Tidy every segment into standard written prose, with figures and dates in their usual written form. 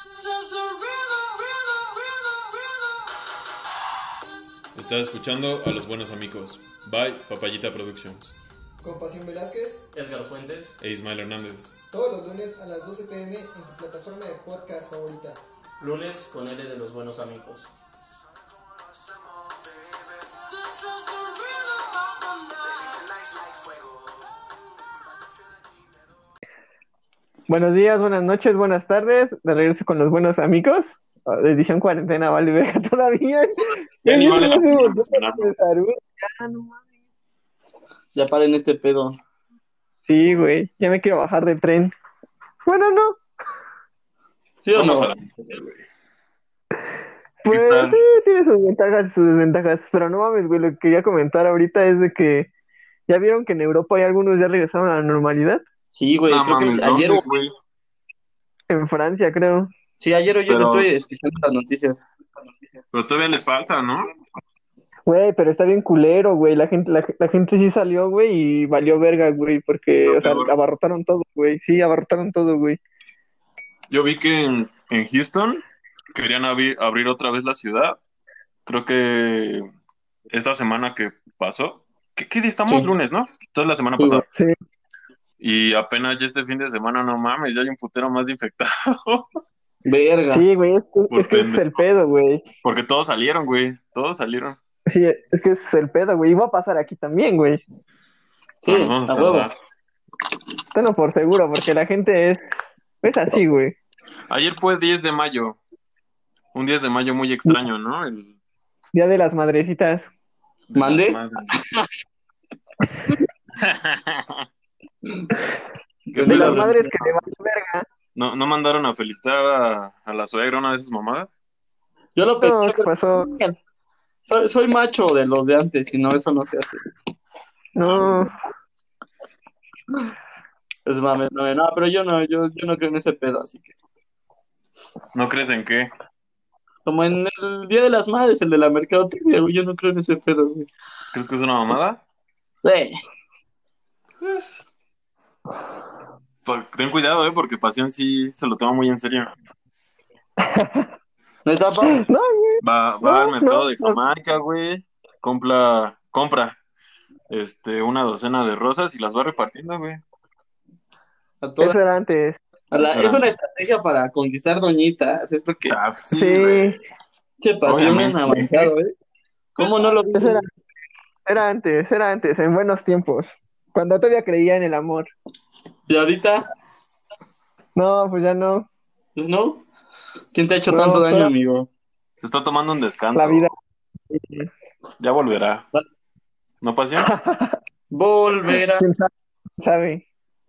Estás escuchando a Los Buenos Amigos. By Papayita Productions. Con Pasión Velázquez, Edgar Fuentes E Ismael Hernández. todos los lunes a las 12 p.m. en tu plataforma de podcast favorita. Lunes con L de Los Buenos Amigos. Buenos días, buenas noches, buenas tardes. De regreso con Los Buenos Amigos. Edición cuarentena, vale, verga todavía. Ya ni vale la pena Ya, mencionarlo. no mames. Ya paren este pedo. Sí, güey, ya me quiero bajar del tren. Bueno, no. ¿Sí o no? Vamos a la... Pues tal? sí, tiene sus ventajas y sus desventajas. Pero no mames, güey, lo que quería comentar ahorita es de que ya vieron que en Europa hay algunos ya regresaron a la normalidad. Sí, güey, No creo mames, que ayer, ¿dónde, güey. En Francia, creo. Sí, ayer o ayer Pero- estoy escuchando las noticias. Pero todavía les falta, ¿no? Güey, pero está bien culero, güey. La gente sí salió, güey, y valió verga, güey, porque, Lo o sea, peor. abarrotaron todo, güey. Sí, abarrotaron todo, güey. Yo vi que en Houston querían abrir otra vez la ciudad. Creo que esta semana que pasó. ¿Qué día estamos? Sí. Lunes, ¿no? Toda la semana Sí, pasada. Sí. Y apenas ya este fin de semana, no mames, ya hay un putero más de infectado. Verga. Sí, güey, es que ese es pendejo. el pedo, güey. Porque todos salieron, güey. Todos salieron. Sí, es que ese es el pedo, güey. Y va a pasar aquí también, güey. Sí, No nos vamos a a huevo. tardar. Tenlo por seguro, porque la gente es así, güey. Ayer fue 10 de mayo. Un 10 de mayo muy extraño, ¿no? El Día de las madrecitas. de ¿Mande? las madres. ¿Qué De las pedo? madres que le valen verga. ¿No mandaron a felicitar a la suegra, una de esas mamadas? Yo lo No, pensé. ¿qué pasó? Soy macho de los de antes, y no, eso no se hace. No, Es mame, no, pero yo no creo en ese pedo, así que. ¿No crees en qué? Como en el Día de las Madres, el de la mercadotecnia, güey, yo no creo en ese pedo, güey. ¿Crees que es una mamada? Pues, Ten cuidado, porque Pasión sí se lo toma muy en serio. ¿no está pa? no, güey. Va al mercado no, de no. Jamaica, güey. Compra una docena de rosas y las va repartiendo, güey. A toda- Eso era antes. es una estrategia para conquistar doñitas, es porque Sí, Sí, güey. qué pasión bien Obviamente. avanzado, ¿eh? ¿Cómo no lo vi? eso era antes, en buenos tiempos. Cuando todavía creía en el amor. Y ahorita, No, pues ya no. pues no. ¿Quién te ha hecho No, tanto daño, solo amigo? Se está tomando un descanso. La vida. Ya volverá. ¿No, Pasión? Volverá. ¿Quién sabe?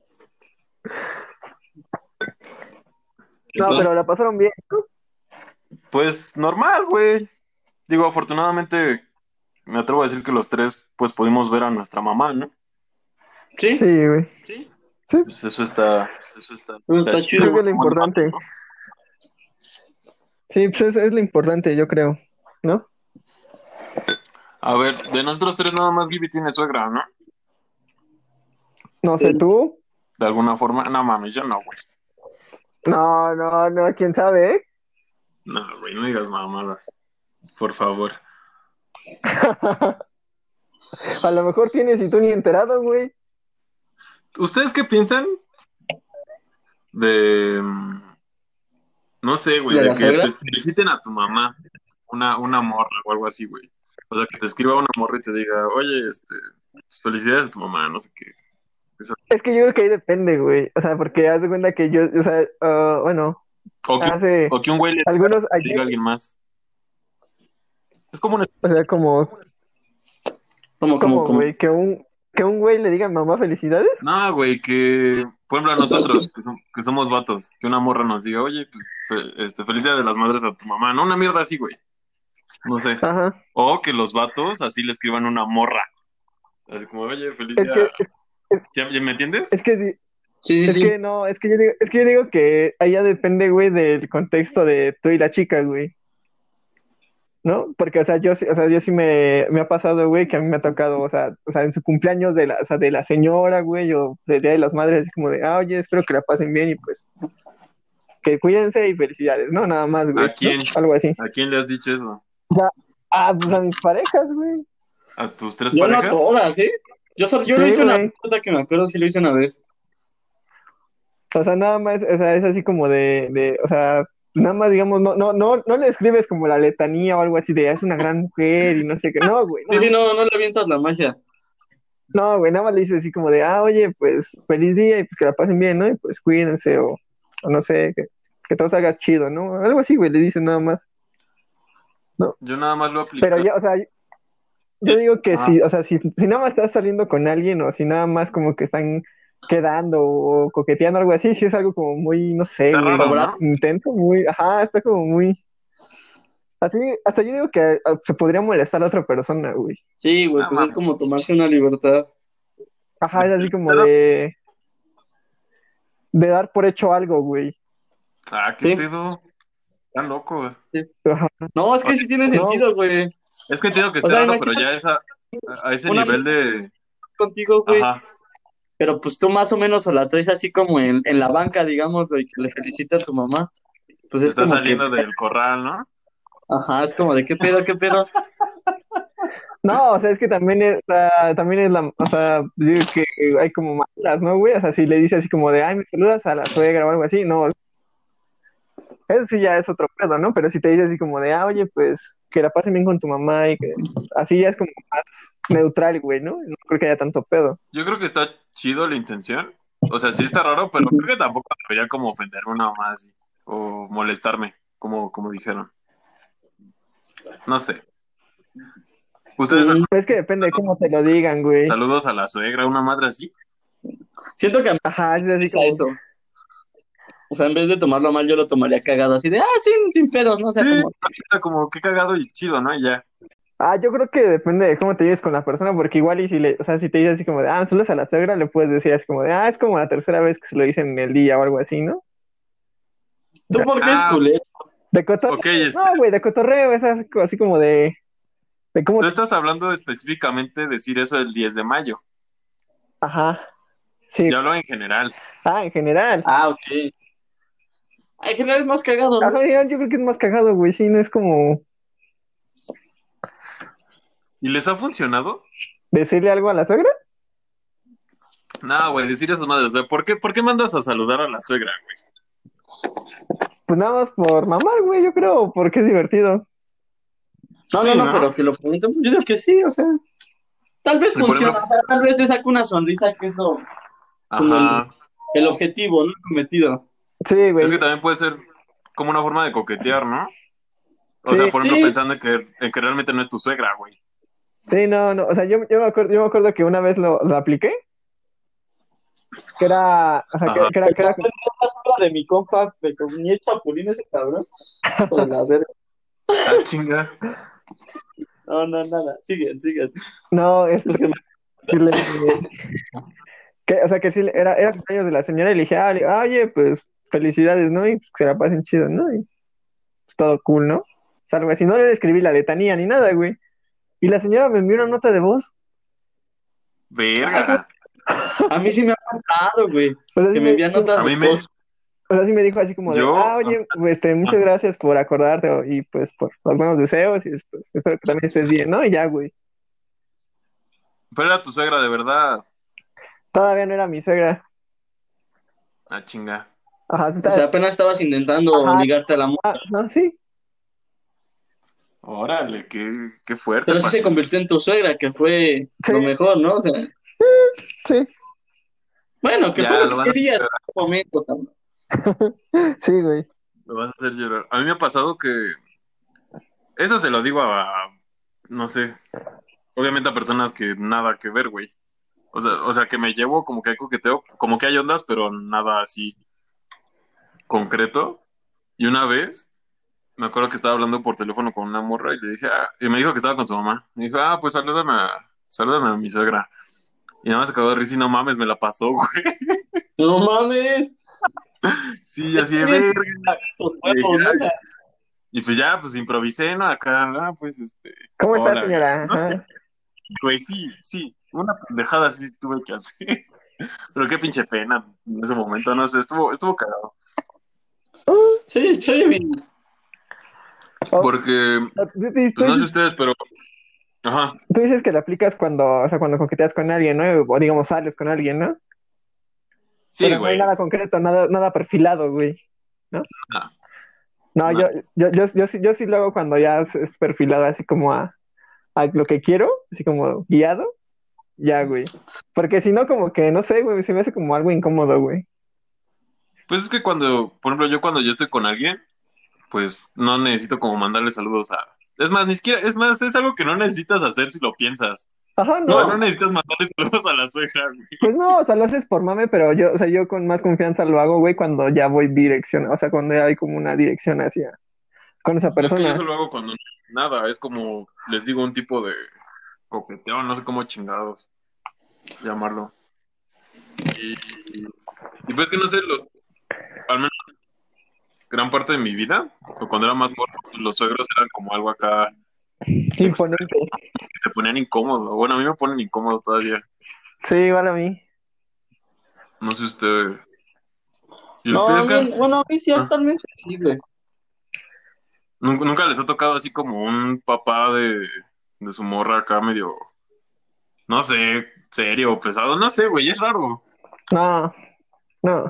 No, Entonces, pero la pasaron bien. pues normal, güey. Digo, afortunadamente me atrevo a decir que los tres pues pudimos ver a nuestra mamá, ¿no? ¿Sí? Sí, güey. Sí. Pues eso está Está chido. Creo que es lo importante. Sí, pues es lo importante, yo creo. ¿No? A ver, de nosotros tres nada más Gibby tiene suegra, ¿no? No sé, tú. De alguna forma. No mames, yo no, güey. No, quién sabe, ¿eh? No, güey, no digas mamadas. Por favor. A lo mejor tienes y tú ni enterado, güey. ¿Ustedes qué piensan de... No sé, güey, ¿De de la que suegra? te feliciten a tu mamá, una morra o algo así, güey? O sea, que te escriba una morra y te diga, oye, pues, felicidades a tu mamá, no sé qué. Es que yo creo que ahí depende, güey. O sea, porque haz de cuenta que yo, o sea, bueno, O que, hace o que un güey le algunos diga a alguien más. Es como un... o sea, como ¿Cómo? güey, que un güey le diga mamá felicidades. No, güey, que, por ejemplo, a nosotros, que somos vatos, que una morra nos diga, oye, pues, felicidades de las madres a tu mamá, no una mierda así, güey, no sé. Ajá. O que los vatos así le escriban una morra, así como, oye, Es felicidades. que, ¿Ya me entiendes? es que Sí. es que yo digo que ahí ya depende, güey, del contexto de tú y la chica, güey. ¿No? Porque, o sea, yo sí me ha pasado, güey, que a mí me ha tocado, o sea, en su cumpleaños de la señora, güey, o del Día de las Madres, así como de, oye, espero que la pasen bien y pues, que cuídense y felicidades, ¿no? Nada más, güey, ¿A quién? ¿no? Algo así. ¿A quién le has dicho eso? Pues a mis parejas, güey. ¿A tus 3 Yo no parejas? todas, ¿eh? Yo lo Sí, hice una güey. vez, que me acuerdo si lo hice una vez. O sea, nada más, o sea, es así como o sea, nada más, digamos, no le escribes como la letanía o algo así de es una gran mujer y no sé qué. No, güey, Sí, no le avientas la magia. no, güey, nada más le dices así como de, oye, pues feliz día y pues que la pasen bien, ¿no? Y pues cuídense o no sé, que todo salga chido, ¿no? Algo así, güey, le dices nada más. No, Yo nada más lo apliqué. pero ya, o sea, yo digo que Ah. si, o sea, si nada más estás saliendo con alguien o si nada más como que están quedando o coqueteando algo así, sí es algo como muy, no sé, Está güey, raro, ¿no? intenso, muy, ajá, está como muy, así, hasta yo digo que se podría molestar a otra persona, güey. Sí, güey, Ah, pues es mames. como tomarse una libertad. Ajá, es así como de dar por hecho algo, güey. Ah, qué Sí, pedo. Están locos. sí. Ajá, No, es O que sea, sí tiene no, sentido, güey. es que entiendo que O esté sea, raro, pero imagínate ya a ese una nivel amiga de... contigo, güey, Ajá. pero pues tú más o menos o la traes así como en la banca, digamos, güey, que le felicita a tu mamá. Pues Se es está como que, saliendo del corral, ¿no? ajá, es como de qué pedo, qué pedo. no, o sea, es que también es o sea, digo que hay como malas, ¿no, güey? O sea, si le dice así como de, ay, me saludas a la suegra o algo así, no, eso sí ya es otro pedo, ¿no? Pero si te dice así como de, oye, pues que la pasen bien con tu mamá y que así ya es como más neutral, güey, ¿no? No creo que haya tanto pedo. Yo creo que está chido la intención. O sea, sí está raro, pero creo que tampoco debería como ofenderme una mamá así. O molestarme, como dijeron. No sé. ¿Ustedes han Mm, Es que depende de cómo te lo digan, güey. saludos a la suegra, una madre así? siento que a mí Ajá, es me así pesa como, eso. O sea, en vez de tomarlo mal, yo lo tomaría cagado, así de, sin pedos, ¿no? O sea, Sí, como, está como qué cagado y chido, ¿no? Y ya. yo creo que depende de cómo te lleves con la persona, porque igual y si o sea, si te dice así como de, solo es a la suegra, le puedes decir así como de, es como la tercera vez que se lo dicen en el día o algo así, ¿no? O ¿tú sea, por qué es Ah, culero? de cotorreo, ok, no, güey, de cotorreo, es así como de cómo tú estás hablando específicamente de decir eso el 10 de mayo. ajá, sí, Yo hablo en general. en general. Ah, ok. En general es más cagado, ¿no? Ajá, yo creo que es más cagado, güey, sí, no es como ¿Y les ha funcionado? decirle algo a la suegra, No, güey, decir esas madres. O sea, ¿por qué mandas a saludar a la suegra, güey? pues nada más por mamar, güey, yo creo, porque es divertido. Sí, No, ¿no? pero que lo pregunten, pues yo digo que sí, o sea, tal vez Y por funciona, ejemplo, tal vez te saca una sonrisa, que es como ajá. el objetivo, ¿no? El cometido. Sí, Es que güey, también puede ser como una forma de coquetear, ¿no? O sea, sí, por ejemplo, Sí, pensando en que realmente no es tu suegra, güey. sí, no, o sea, yo me acuerdo que una vez lo apliqué, que era, o sea, que, Ajá. que era, que era, la sombra de mi compa, de con mi chapulín ese cabrón. Hijo de la verga. Ah, chinga. No, nada, siguen. no, Es que sí o sea, que sí, era cumpleaños de la señora y le dije, oye, pues, felicidades, ¿no? Y pues, que se la pasen chido, ¿no? Y pues, todo cool, ¿no? O sea, algo así, no le escribí la letanía ni nada, güey. Y la señora me envió una nota de voz. Verga. a mí sí me ha pasado, güey, O sea, que me envían A notas de mí voz. sí me dijo así como de, yo, oye, pues, muchas gracias por acordarte y pues por los buenos deseos y pues, espero que también estés bien, ¿no? Y ya, güey. pero era tu suegra de verdad. Todavía no era mi suegra. Ah, chinga. Ajá, sí O sea, apenas estabas intentando ajá, ligarte a la mujer, no, sí, Órale, qué fuerte, pero sí se pasión. convirtió en tu suegra, que fue sí, lo mejor, ¿no? O sea, sí, bueno, que fue Ya, lo lo que vas a hacer querías en llorar. ese momento, cabrón. sí, güey. Lo vas a hacer llorar. A mí me ha pasado que eso se lo digo no sé, obviamente a personas que nada que ver, güey. O sea, que me llevo como que hay coqueteo, como que hay ondas, pero nada así concreto. Y una vez, me acuerdo que estaba hablando por teléfono con una morra y le dije, y me dijo que estaba con su mamá. Me dijo, pues salúdame a mi suegra. Y nada más se acabó de risa y no mames, me la pasó, güey. No mames, Sí, es así que de bien verga. tus Y dije, huevos, ¿no? O sea, y pues ya, pues improvisé, ¿no? Acá, pues, ¿Cómo está, hola, señora? no sé, Ajá. güey, sí, una pendejada así tuve que hacer. Pero qué pinche pena en ese momento, no sé, estuvo cagado. Sí, se oye bien. Porque, pues no sé ustedes, pero, ajá, Tú dices que la aplicas cuando, o sea, cuando coqueteas con alguien, ¿no? O digamos, sales con alguien, ¿no? sí, Pero no hay güey. nada concreto, nada perfilado, güey, ¿no? No, No, no. yo sí lo hago cuando ya es perfilado así como a lo que quiero, así como guiado, ya, güey. Porque si no, como que, no sé, güey, se me hace como algo incómodo, güey. Pues es que cuando, por ejemplo, cuando yo estoy con alguien, pues no necesito como mandarle saludos a... Es más, ni siquiera, es más, es algo que no necesitas hacer si lo piensas. Ajá, O sea, no, no necesitas mandarle saludos a la suegra, güey. pues no, o sea, lo haces por mame, pero yo, o sea, yo con más confianza lo hago, güey, cuando ya voy dirección, o sea, cuando ya hay como una dirección hacia, con esa Es que yo persona. solo hago cuando nada, es como, les digo, un tipo de coqueteo, no sé cómo chingados llamarlo. Y, y pues que no sé, al menos gran parte de mi vida, o cuando era más morro, pues los suegros eran como algo acá Imponente. que te ponían incómodo. Bueno, a mí me ponen incómodo todavía. Sí, igual a mí. No sé ustedes. ¿Y el No, Edgar? bueno, a mí sí, Ah, actualmente sí, güey. ¿nunca les ha tocado así como un papá de su morra acá medio, no sé, serio o pesado? No sé, güey, es raro. No, no.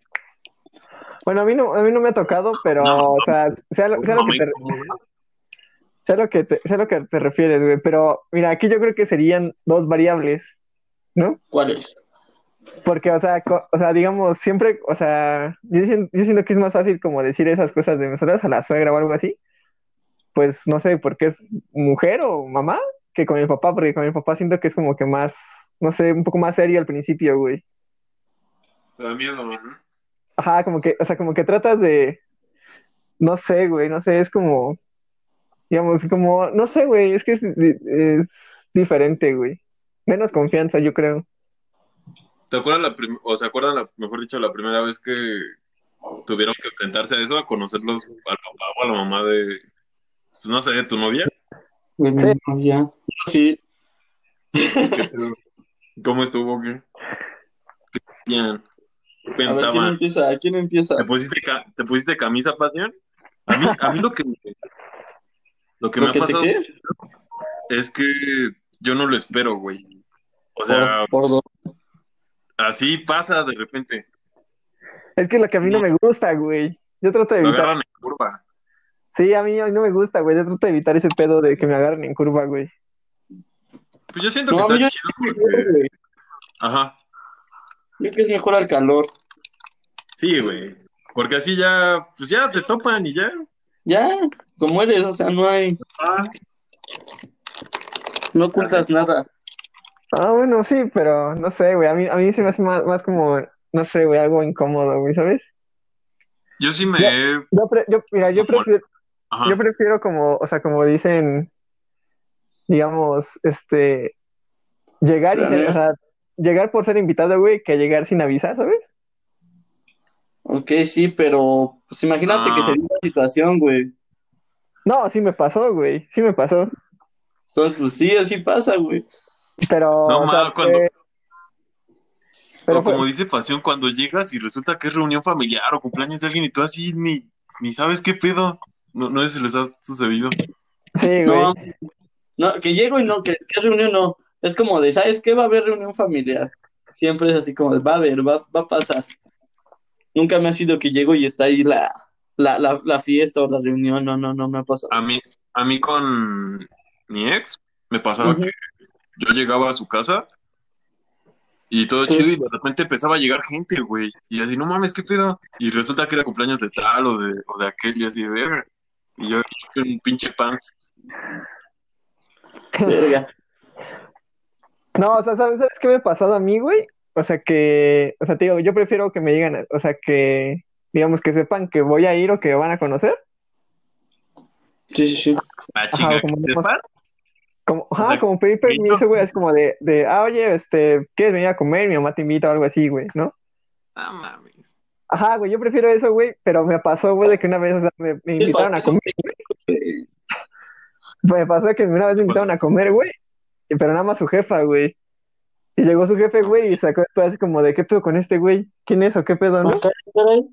Bueno, a mí no me ha tocado, Una, pero, o sea, una mamá incómoda. sé a lo que te refieres, güey. Pero, mira, aquí yo creo que serían dos variables, ¿no? ¿Cuál es? Porque, o sea, digamos, siempre, o sea, yo siento que es más fácil como decir esas cosas de nosotras a la suegra o algo así, pues no sé, porque es mujer o mamá, que con mi papá, porque con mi papá siento que es como que más, no sé, un poco más serio al principio, güey. Te da miedo, ¿no? Ajá, como que, o sea, como que tratas de, no sé, güey, no sé, es como, digamos, como, no sé, güey, es que es diferente, güey. Menos confianza, yo creo. ¿Te acuerdas o se acuerdan, mejor dicho, la primera vez que tuvieron que enfrentarse a eso, a conocerlos al papá o a la mamá de, pues no sé, de tu novia? Sí, Bueno, ya. Sí. ¿Qué pedo? ¿Cómo estuvo? ¿Qué hacían? ¿Qué A ver, ¿quién pensaban? empieza? ¿Quién empieza? ¿Te pusiste camisa, Patión? A mí lo que me ¿Lo ha que te pasado qué? es que yo no lo espero, güey. O Por, sea, por dos. así pasa de repente. es que lo que a mí no No, me gusta, güey. Yo trato de me evitar. agarran en curva. Sí, a mí no me gusta, güey. Yo trato de evitar ese pedo de que me agarren en curva, güey. Pues yo siento que No, a mí está yo chido mejor, porque, güey. ajá, Yo que es mejor al calor. sí, güey. Porque así ya, pues ya te topan y ya. Ya, como eres, o sea, no hay, Ah, no ocultas nada. Ah, bueno, sí, pero no sé, güey. A mí se me hace más como, no sé, güey, algo incómodo, güey, ¿sabes? yo sí Yo, me he mira, como, yo ajá. prefiero como, o sea, como dicen, digamos, llegar y ser, o Planear. sea, llegar por ser invitado, güey, que llegar sin avisar, ¿sabes? Ok, sí, pero pues imagínate que Ah, se dio la situación, güey. No, sí me pasó, güey, sí me pasó. Entonces, pues sí, así pasa, güey. no Pero, o sea, más, cuando, pero o fue, como dice Pasión, cuando llegas y resulta que es reunión familiar o cumpleaños de alguien y tú así ni sabes qué pedo. No, no sé si les ha sucedido. sí, güey. No, no, que llego y no, que reunión no. Es como de, ¿sabes qué? Va a haber reunión familiar. Siempre es así como de, va a haber, va a pasar. Nunca me ha sido que llego y está ahí la fiesta o la reunión. No, no, no me ha pasado. A mí, a mí con mi ex me pasaba que Ujú. yo llegaba a su casa y todo chido y Tú- de repente empezaba a llegar gente, güey. Y así, no mames, qué pedo. Y resulta que era cumpleaños de tal o de aquel y así, ver. Y yo con un pinche pants. Verga. No, o sea, ¿sabes qué me ha pasado a mí, güey? O sea, te digo, yo prefiero que me digan, o sea, que, digamos, que sepan que voy a ir o que van a conocer. Sí, sí, sí. Ah, Ajá, chinga, que sepan. O ajá, sea, como pedir gringos. permiso, güey, así como oye, ¿quieres venir a comer? Mi mamá te invita o algo así, güey, ¿no? Ah, mames. Ajá, güey, yo prefiero eso, güey, pero me pasó, güey, de que una vez, o sea, me ¿Qué pasó invitaron a eso? comer. Me pasó que una vez me ¿Qué invitaron pasó? a comer, güey, pero nada más su jefa, güey. Y llegó su jefe, No. güey, y sacó después así como de, ¿qué pedo con este güey? ¿Quién es o qué pedo, Ah, no? caray, caray.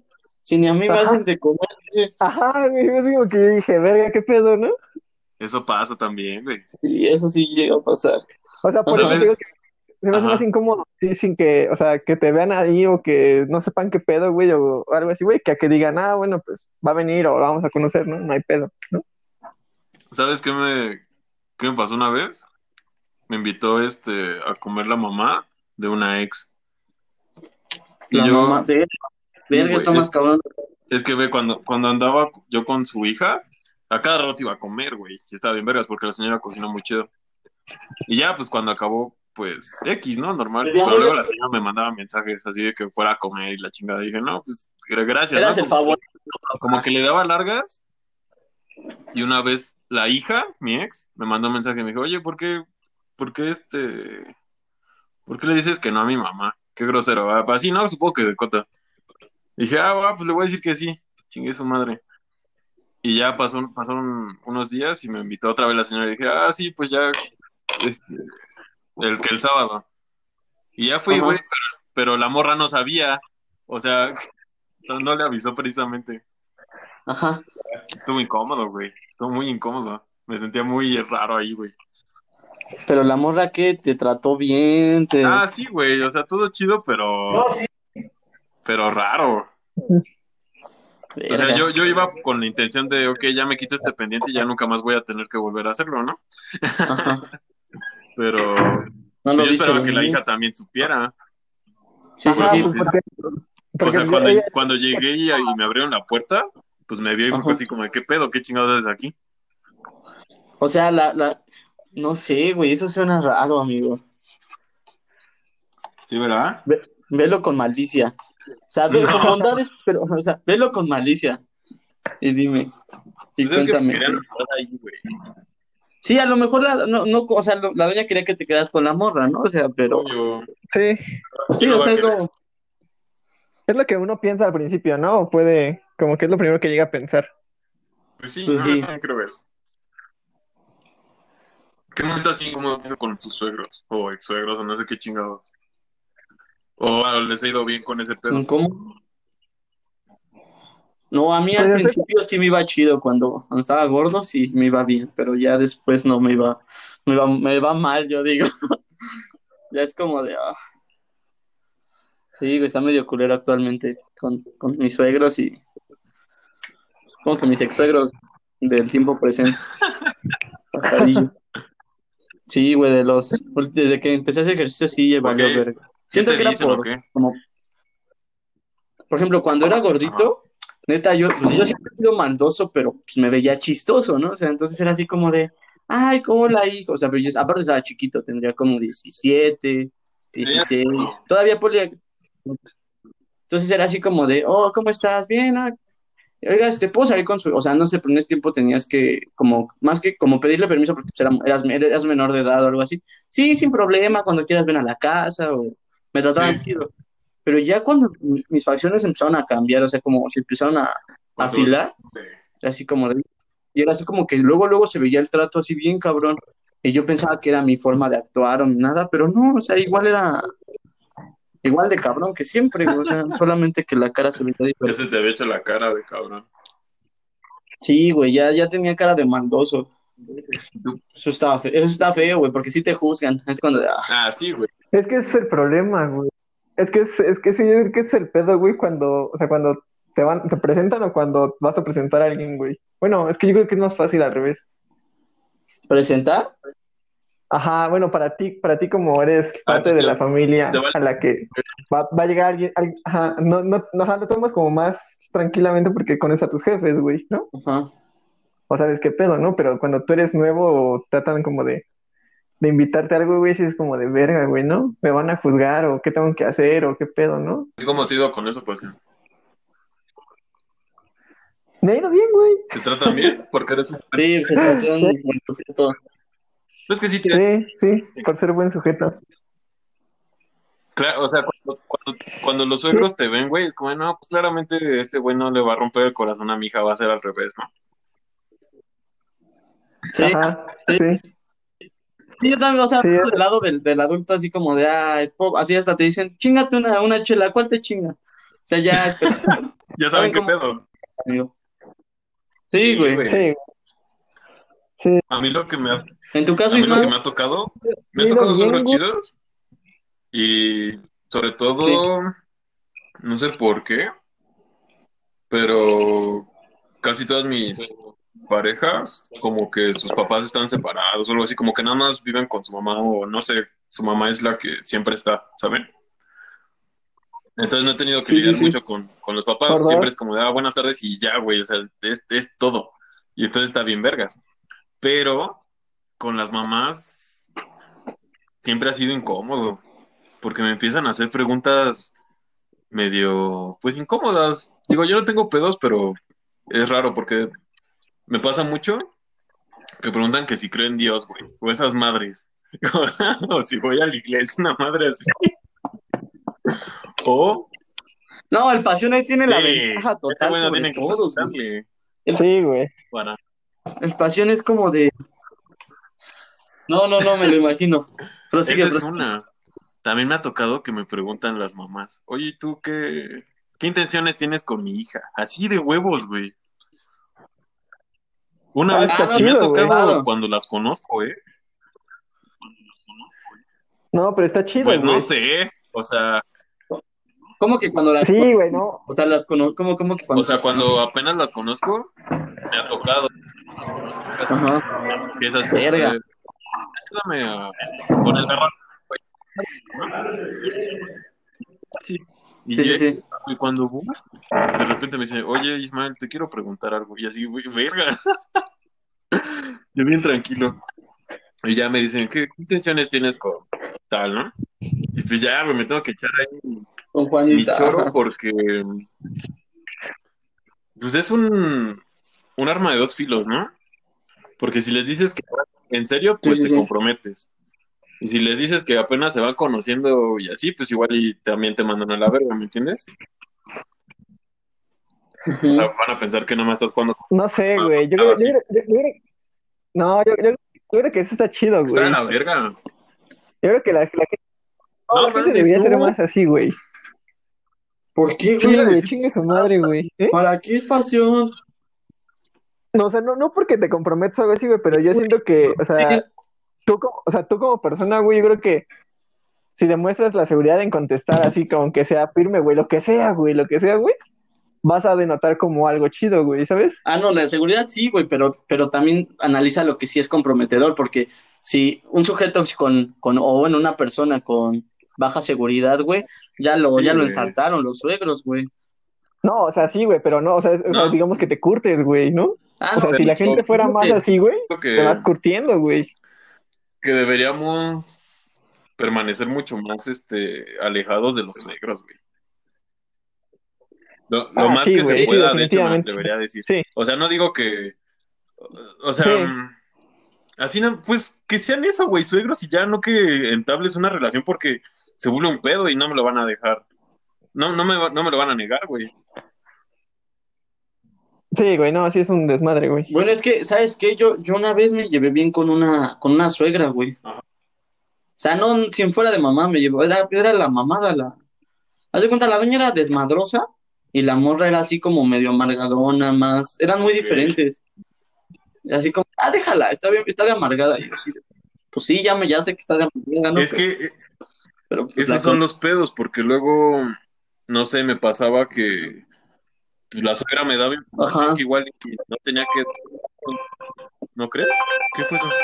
Si ni a mí me Ajá. hacen de comer. Dice, Ajá, güey, es como que yo dije, verga, qué pedo, ¿no? Eso pasa también, güey. y eso sí llega a pasar. O sea, por eso te Ajá. digo ¿Sabes? que se me hace más Ajá. incómodo, sí, sin que, o sea, que te vean ahí o que no sepan qué pedo, güey, o algo así, güey, que a que digan, ah, bueno, pues va a venir o lo vamos a conocer, ¿no? No hay pedo, ¿no? ¿Sabes qué me pasó una vez? Me invitó a comer la mamá de una ex. Y La mamá yo, de sí, verga güey, está más cabrón. es que ve, cuando andaba yo con su hija, a cada rato iba a comer, güey. Y estaba bien vergas porque la señora cocina muy chido. Y ya, pues cuando acabó, pues X, ¿no? Normal. Pero luego la señora me mandaba mensajes así de que fuera a comer y la chingada. Y dije, no, pues gracias, ¿no? Eras el favorito. Como que le daba largas. Y una vez la hija, mi ex, me mandó un mensaje y me dijo, oye, por qué ¿por qué le dices que no a mi mamá? Qué grosero. Así, ¿no? Supongo que de cota. Dije, pues le voy a decir que sí. Chingue su madre. Y ya pasaron unos días y me invitó otra vez la señora y dije, sí, pues ya, este, el sábado. Y ya fui, güey, Ajá. pero la morra no sabía. O sea, no le avisó precisamente. Ajá. Estuvo incómodo, güey. Estuvo muy incómodo. Me sentía muy raro ahí, güey. Pero la morra que te trató bien, Sí, güey. O sea, todo chido, No, sí. pero raro. O sea, Verga. yo iba con la intención de, ok, ya me quito este pendiente y ya nunca más voy a tener que volver a hacerlo, ¿no? Ajá. Pero No pues lo yo viste esperaba que la venir. hija también supiera. Sí, Fue sí, Ajá, sí. como pues que, o porque sea, pues, ella, cuando llegué y me abrieron la puerta, pues me vio y fue Ajá. así como, ¿qué pedo? ¿Qué chingados haces aquí? O sea, no sé, güey, eso suena raro, amigo. Sí, ¿verdad? Velo con malicia. O sea, con No, bondades, pero, o sea, velo con malicia. Y dime, y pues es que me cuéntame. querían robar ahí, güey. Sí, a lo mejor no, o sea, la doña quería que te quedas con la morra, ¿no? O sea, pero, Obvio. sí, ¿Quién sí, o no va a sea, querer? es lo que uno piensa al principio, ¿no? O puede, como que es lo primero que llega a pensar. Pues sí, pues no, yo sí. también creo ver eso. ¿Qué momento así como tiene con sus suegros? O ex suegros, o no sé qué chingados. O les ha ido bien con ese pedo. ¿Cómo? No, a mí Pues al estoy, principio sí me iba chido cuando estaba gordo, sí me iba bien, pero ya después no me va mal, yo digo. Ya es como de, sí, güey, está medio culero actualmente con mis suegros y supongo que mis ex suegros del tiempo presente, pasadillo. Sí, güey, desde que empecé a hacer ejercicio sí ya ¿Por valió qué? verga. ¿Qué Siento te que era dicen o qué? por ejemplo, cuando era Ajá. gordito, neta, pues yo siempre he sido maldoso, pero pues me veía chistoso, ¿no? O sea, entonces era así como de, ay, ¿cómo la hijo? O sea, pero yo, aparte estaba chiquito, tendría como 17, Sí, 16, todavía podía. Entonces era así como de, oh, ¿cómo estás? Bien, oiga, ¿puedo salir con su...? O sea, no sé, pero en ese tiempo tenías que, como, más que como pedirle permiso porque pues, eras menor de edad o algo así. Sí, sin problema, cuando quieras ven a la casa o me trataban sí. chido. Pero ya cuando mis facciones empezaron a cambiar, o sea, como se empezaron a Cuando... afilar, así como de... Y era así como que luego se veía el trato así bien cabrón. Y yo pensaba que era mi forma de actuar o nada, pero no, o sea, igual era igual de cabrón que siempre, güey, o sea, solamente que la cara se veía Ya diferente. se te había hecho la cara de cabrón. Sí, güey, ya tenía cara de maldoso. Eso está feo, güey, porque sí te juzgan. Es cuando, Sí, güey. es que ese es el problema, güey. Es que sí, es que es el pedo, güey, cuando, o sea, cuando te presentan o cuando vas a presentar a alguien, güey. Bueno, es que yo creo que es más fácil al revés. ¿presentar? Ajá, bueno, para ti como eres parte Pues de la te familia vale. a la que va a llegar alguien, ajá, no, ajá, lo tomas como más tranquilamente porque conoces a tus jefes, güey, ¿no? Ajá. O sabes qué pedo, ¿no? Pero cuando tú eres nuevo, tratan como de invitarte a algo, güey, si es como de verga, güey, ¿no? Me van a juzgar o qué tengo que hacer o qué pedo, ¿no? ¿Cómo te ha ido con eso, pues? Me ha ido bien, güey. ¿Te tratan bien? Porque eres un... Sí, se trató un buen sujeto. Es que sí, Sí, por ser buen sujeto. claro, o sea, cuando los Sí, suegros te ven, güey, es como, no, pues claramente este güey no le va a romper el corazón a mi hija, va a ser al revés, ¿no? Sí, ajá, sí, sí, sí. Sí, yo también, o sea, sí, del lado del adulto, así como de, ay, así hasta te dicen, chingate una chela, ¿cuál te chinga? sea, ya, espera, Ya ¿saben saben qué cómo? pedo. Amigo. Sí, güey. Sí, sí. A mí lo que me ha, En tu caso, a mí lo que Ismael, me ha tocado, me Me ha ha ido tocado bien, suegros güey. chidos y sobre sí. todo, no sé por qué, pero casi todas mis parejas, como que sus papás están separados o algo así, como que nada más viven con su mamá o no sé, su mamá es la que siempre está, ¿saben? Entonces no he tenido que Sí, sí, lidiar sí. mucho con los Por papás, siempre dos. es como de, buenas tardes y ya, güey, o sea, es todo. Y entonces está bien vergas. Pero con las mamás siempre ha sido incómodo, porque me empiezan a hacer preguntas medio, pues incómodas. Digo, yo no tengo pedos, pero es raro porque me pasa mucho que preguntan que si creo en Dios, güey, o esas madres. O si voy a la iglesia, una madre así. O, No, el Pasión ahí tiene sí, la ventaja ese total güey no sobre tienen que todos, güey. preguntarle Sí, güey. para. El Pasión es como de. No, me lo imagino. Prosigue, Esa es prosigue. una. También me ha tocado que me preguntan las mamás, oye, ¿y tú qué intenciones tienes con mi hija? Así de huevos, güey. Una Ah, vez, Ah, está no, y me ha chido, güey. tocado claro. cuando las conozco, ¿eh? No, pero está chido, Pues no güey. sé, ¿Cómo que cuando las. Sí, güey, no. O sea, las conozco. ¿Cómo que o cuando sea, las conozco? cuando apenas las conozco, me ha tocado Ajá. que es así como Verga. de, ayúdame con el garrafón, ¿no? Sí. Y Sí, sí, llego, sí. y cuando voy, de repente me dice, oye, Ismael, te quiero preguntar algo. Y así, güey, verga, yo bien tranquilo. Y ya me dicen, ¿qué intenciones tienes con tal, no? Y pues ya, güey, me tengo que echar ahí Con mi Juanita. choro Ajá. porque, pues es un arma de dos filos, ¿no? Porque si les dices que en serio, Sí, pues sí, te sí. comprometes. Y si les dices que apenas se van conociendo y así, pues igual y también te mandan a la verga, ¿me entiendes? O sea, Ujú. van a pensar que no me estás jugando con No sé, una güey. mamada así. No, yo creo que eso está chido, Está de güey. la verga. Yo creo que no, No la gente mames, debería ser no. más así, güey. ¿Por qué, Te iba Sí, a güey? güey, decir, chingue su madre, güey. ¿Eh? ¿Para qué Pasión? No, o sea, no porque te comprometas o algo así, güey, pero yo siento que, o sea, tú como persona, güey, yo creo que si demuestras la seguridad en contestar así, como que sea firme, güey, lo que sea, güey, vas a denotar como algo chido, güey, ¿sabes? Ah, no, la seguridad sí, güey, pero también analiza lo que sí es comprometedor, porque si un sujeto o bueno, una persona con baja seguridad, güey, sí, ya lo güey. ensartaron los suegros, güey. No, o sea, sí, güey, pero no, o sea, No, digamos que te curtes, güey, ¿no? Ah, O no, sea, si pero la gente fuera más fíjate, así, güey, creo te vas que, curtiendo, güey. que deberíamos permanecer mucho más alejados de los suegros, güey. Lo Ah, más sí, que se güey, sí, sí, pueda, de hecho, me definitivamente. atrevería a decir. Sí, O sea, no digo que, o sea, sí, así no, pues que sean eso, güey, suegros y ya no que entables una relación porque se vuelve un pedo y no me lo van a dejar. No, no me lo van a negar, güey. sí, güey, no, sí es un desmadre, güey. bueno, es que, ¿sabes qué? Yo una vez me llevé bien con una suegra, güey. Ajá. O sea, no, si fuera de mamá me llevó, era la mamada, haz de cuenta, la doña era desmadrosa y la morra era así como medio amargadona, más, eran muy Ok. diferentes. Así como, déjala, está bien, está de amargada. Y yo así, pues sí, ya sé que está de amargada, ¿no? Es que Pero pues esos son los pedos, porque luego, no sé, me pasaba que pues, la suegra me daba información ajá, que igual y no tenía que, ¿no crees? ¿Qué fue eso?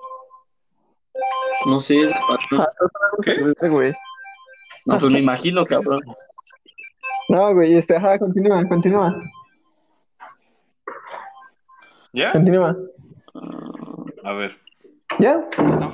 no sé, Ah, no, ¿Qué? güey. no, pues me imagino, ¿Qué es cabrón. eso? No, güey, ajá, continúa, ¿Ya? continúa. A ver. ¿Ya?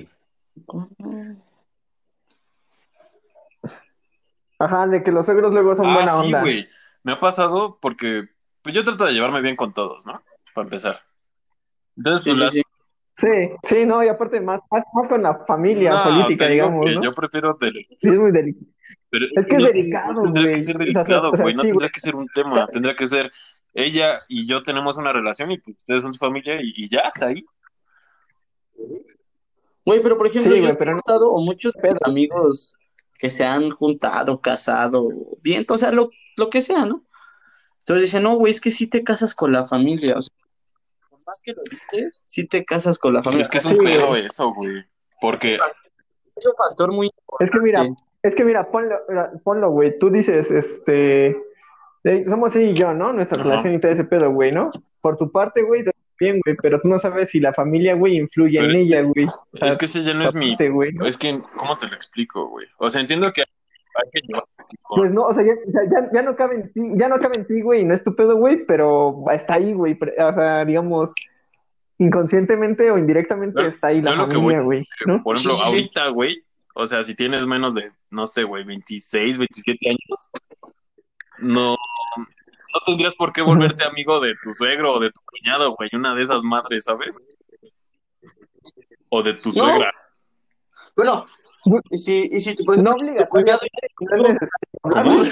Ajá, de que los suegros luego son Ah, buena sí, onda. güey. Me ha pasado porque pues yo trato de llevarme bien con todos, ¿no? Para empezar. Entonces, Sí, pues sí, las... sí. Sí, sí, no, y aparte más con la familia No, política, te digo digamos, que ¿no? yo prefiero... Sí, es muy delicado. Pero Es que es no delicado, tendría que güey. ser delicado, O sea, güey. No sí, güey. tendría que ser un tema. Tendría que ser ella y yo tenemos una relación y pues ustedes son su familia y ya está ahí. Güey, pero por ejemplo, Sí, yo güey, sí he pero no notado, o muchos de mis pedo. amigos que se han juntado, casado, bien, o sea, lo que sea, ¿no? Entonces dice, no, güey, es que sí te casas con la familia, o sea, por más que lo dices, sí te casas con la familia. Es que es Sí, un pedo güey. eso, güey. Porque, Es un factor muy Es que mira, importante. ponlo, güey. Tú dices, somos sí y yo, ¿no? Nuestra ajá, relación y todo ese pedo, güey, ¿no? Por tu parte, güey, todo bien, güey, pero tú no sabes si la familia, güey, influye pero en ella, güey. O es sea, que ese ya no su es mi, parte, güey, ¿no? es que, ¿cómo te lo explico, güey? O sea, entiendo que hay que llevar con, Pues no, o sea, ya no cabe en ti, ya no cabe en ti, güey, no es tu pedo, güey, pero está ahí, güey. O sea, digamos, inconscientemente o indirectamente está ahí yo la lo que voy, familia, güey, ¿no? por Sí, ejemplo, sí, sí. ahorita, güey, o sea, si tienes menos de, no sé, güey, 26, 27 años, no, no tendrías por qué volverte amigo de tu suegro o de tu cuñado, güey, una de esas madres, ¿sabes? O de tu No, suegra. bueno, Güey, y si por no ejemplo, tu cuñado obligatoriamente, no es digo, necesario ¿Cómo? hablarlo.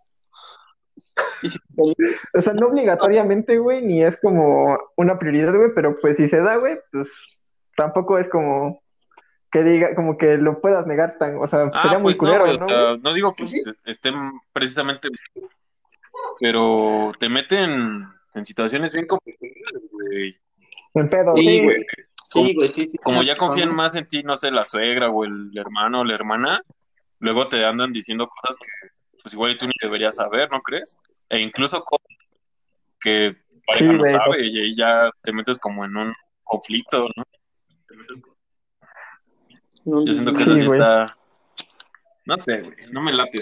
y si tu cuñado- O sea, no obligatoriamente, güey, ni es como una prioridad, güey, pero pues si se da, güey, pues tampoco es como que diga, como que lo puedas negar tan, o sea, sería Ah, muy pues no, güey, culero, o ¿no, güey? sea, no digo que pues sí, estén precisamente, pero te meten en situaciones bien complicadas, güey. En pedo, sí, sí. güey, Como, sí, güey, sí, sí, como tienes ya razón, confían ¿no? más en ti, no sé, la suegra o el hermano o la hermana, luego te andan diciendo cosas que pues igual y tú ni deberías saber, ¿no crees? E incluso cosas que tu pareja Sí, no güey. sabe y ahí ya te metes como en un conflicto, ¿no? No, Yo siento que eso Sí, sí güey. está, no sé, güey, no me late.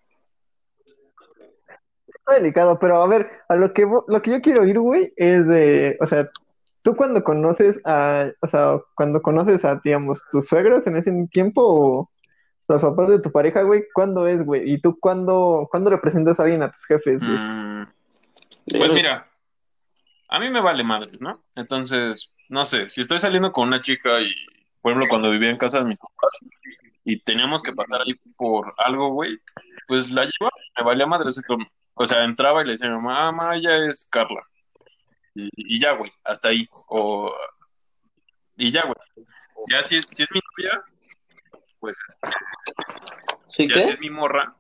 Está delicado, pero a ver, lo que yo quiero ir, güey, es de, o sea, tú cuando conoces a, digamos, tus suegros en ese tiempo o los papás de tu pareja, güey, ¿cuándo es, güey? ¿Y tú cuándo le presentas a alguien a tus jefes, güey? Mm, pues pero- mira, a mí me vale madres, ¿no? Entonces, no sé, si estoy saliendo con una chica y, por ejemplo, cuando vivía en casa de mis papás y teníamos que pasar ahí por algo, güey, pues la llevaba, me valía madres. O sea, entraba y le decía a mi mamá, mamá, ella es Carla. Y ya, güey, hasta ahí. Y ya, güey. Ya si es mi novia, pues ¿Sí ya si qué? es mi morra,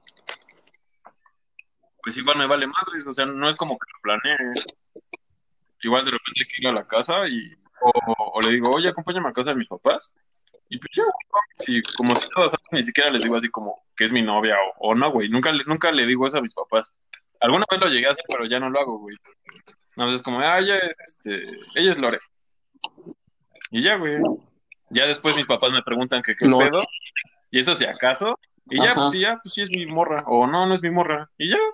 pues igual me vale madres. O sea, no es como que lo planee. Igual de repente hay que ir a la casa o le digo, oye, acompáñame a casa de mis papás. Y pues ya, güey, sí, como si todas sabes, ni siquiera les digo así como que es mi novia o no, güey. Nunca le digo eso a mis papás. Alguna vez lo llegué a hacer, pero ya no lo hago, güey. No, es como, ella es Lore. Y ya, güey. Ya después mis papás me preguntan que qué Lo, pedo. Y eso si acaso. Y ajá. ya, pues sí es mi morra. O no, no es mi morra. Y ya,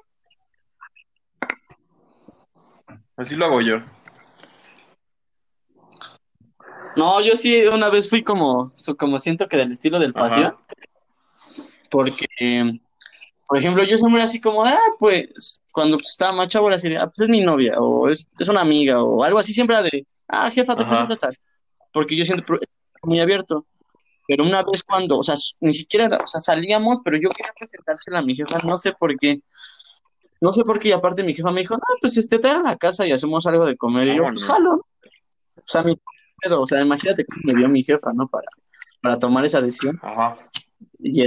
así lo hago yo. No, yo sí una vez fui como siento que del estilo del pasión, Ajá, porque, por ejemplo, yo siempre era así como, pues, cuando pues, estaba más chavo, era así de, pues es mi novia, o es una amiga, o algo así, siempre era de, jefa, te presento a ajá. tal, porque yo siempre muy abierto, pero una vez cuando, o sea, ni siquiera, o sea, salíamos, pero yo quería presentársela a mi jefa, no sé por qué, y aparte mi jefa me dijo, no, pues trae a la casa y hacemos algo de comer, y yo, pues Vámonos. jalo, ¿no? O sea, pedo, o sea, imagínate cómo me vio mi jefa, ¿no? Para tomar esa decisión. Ajá. Y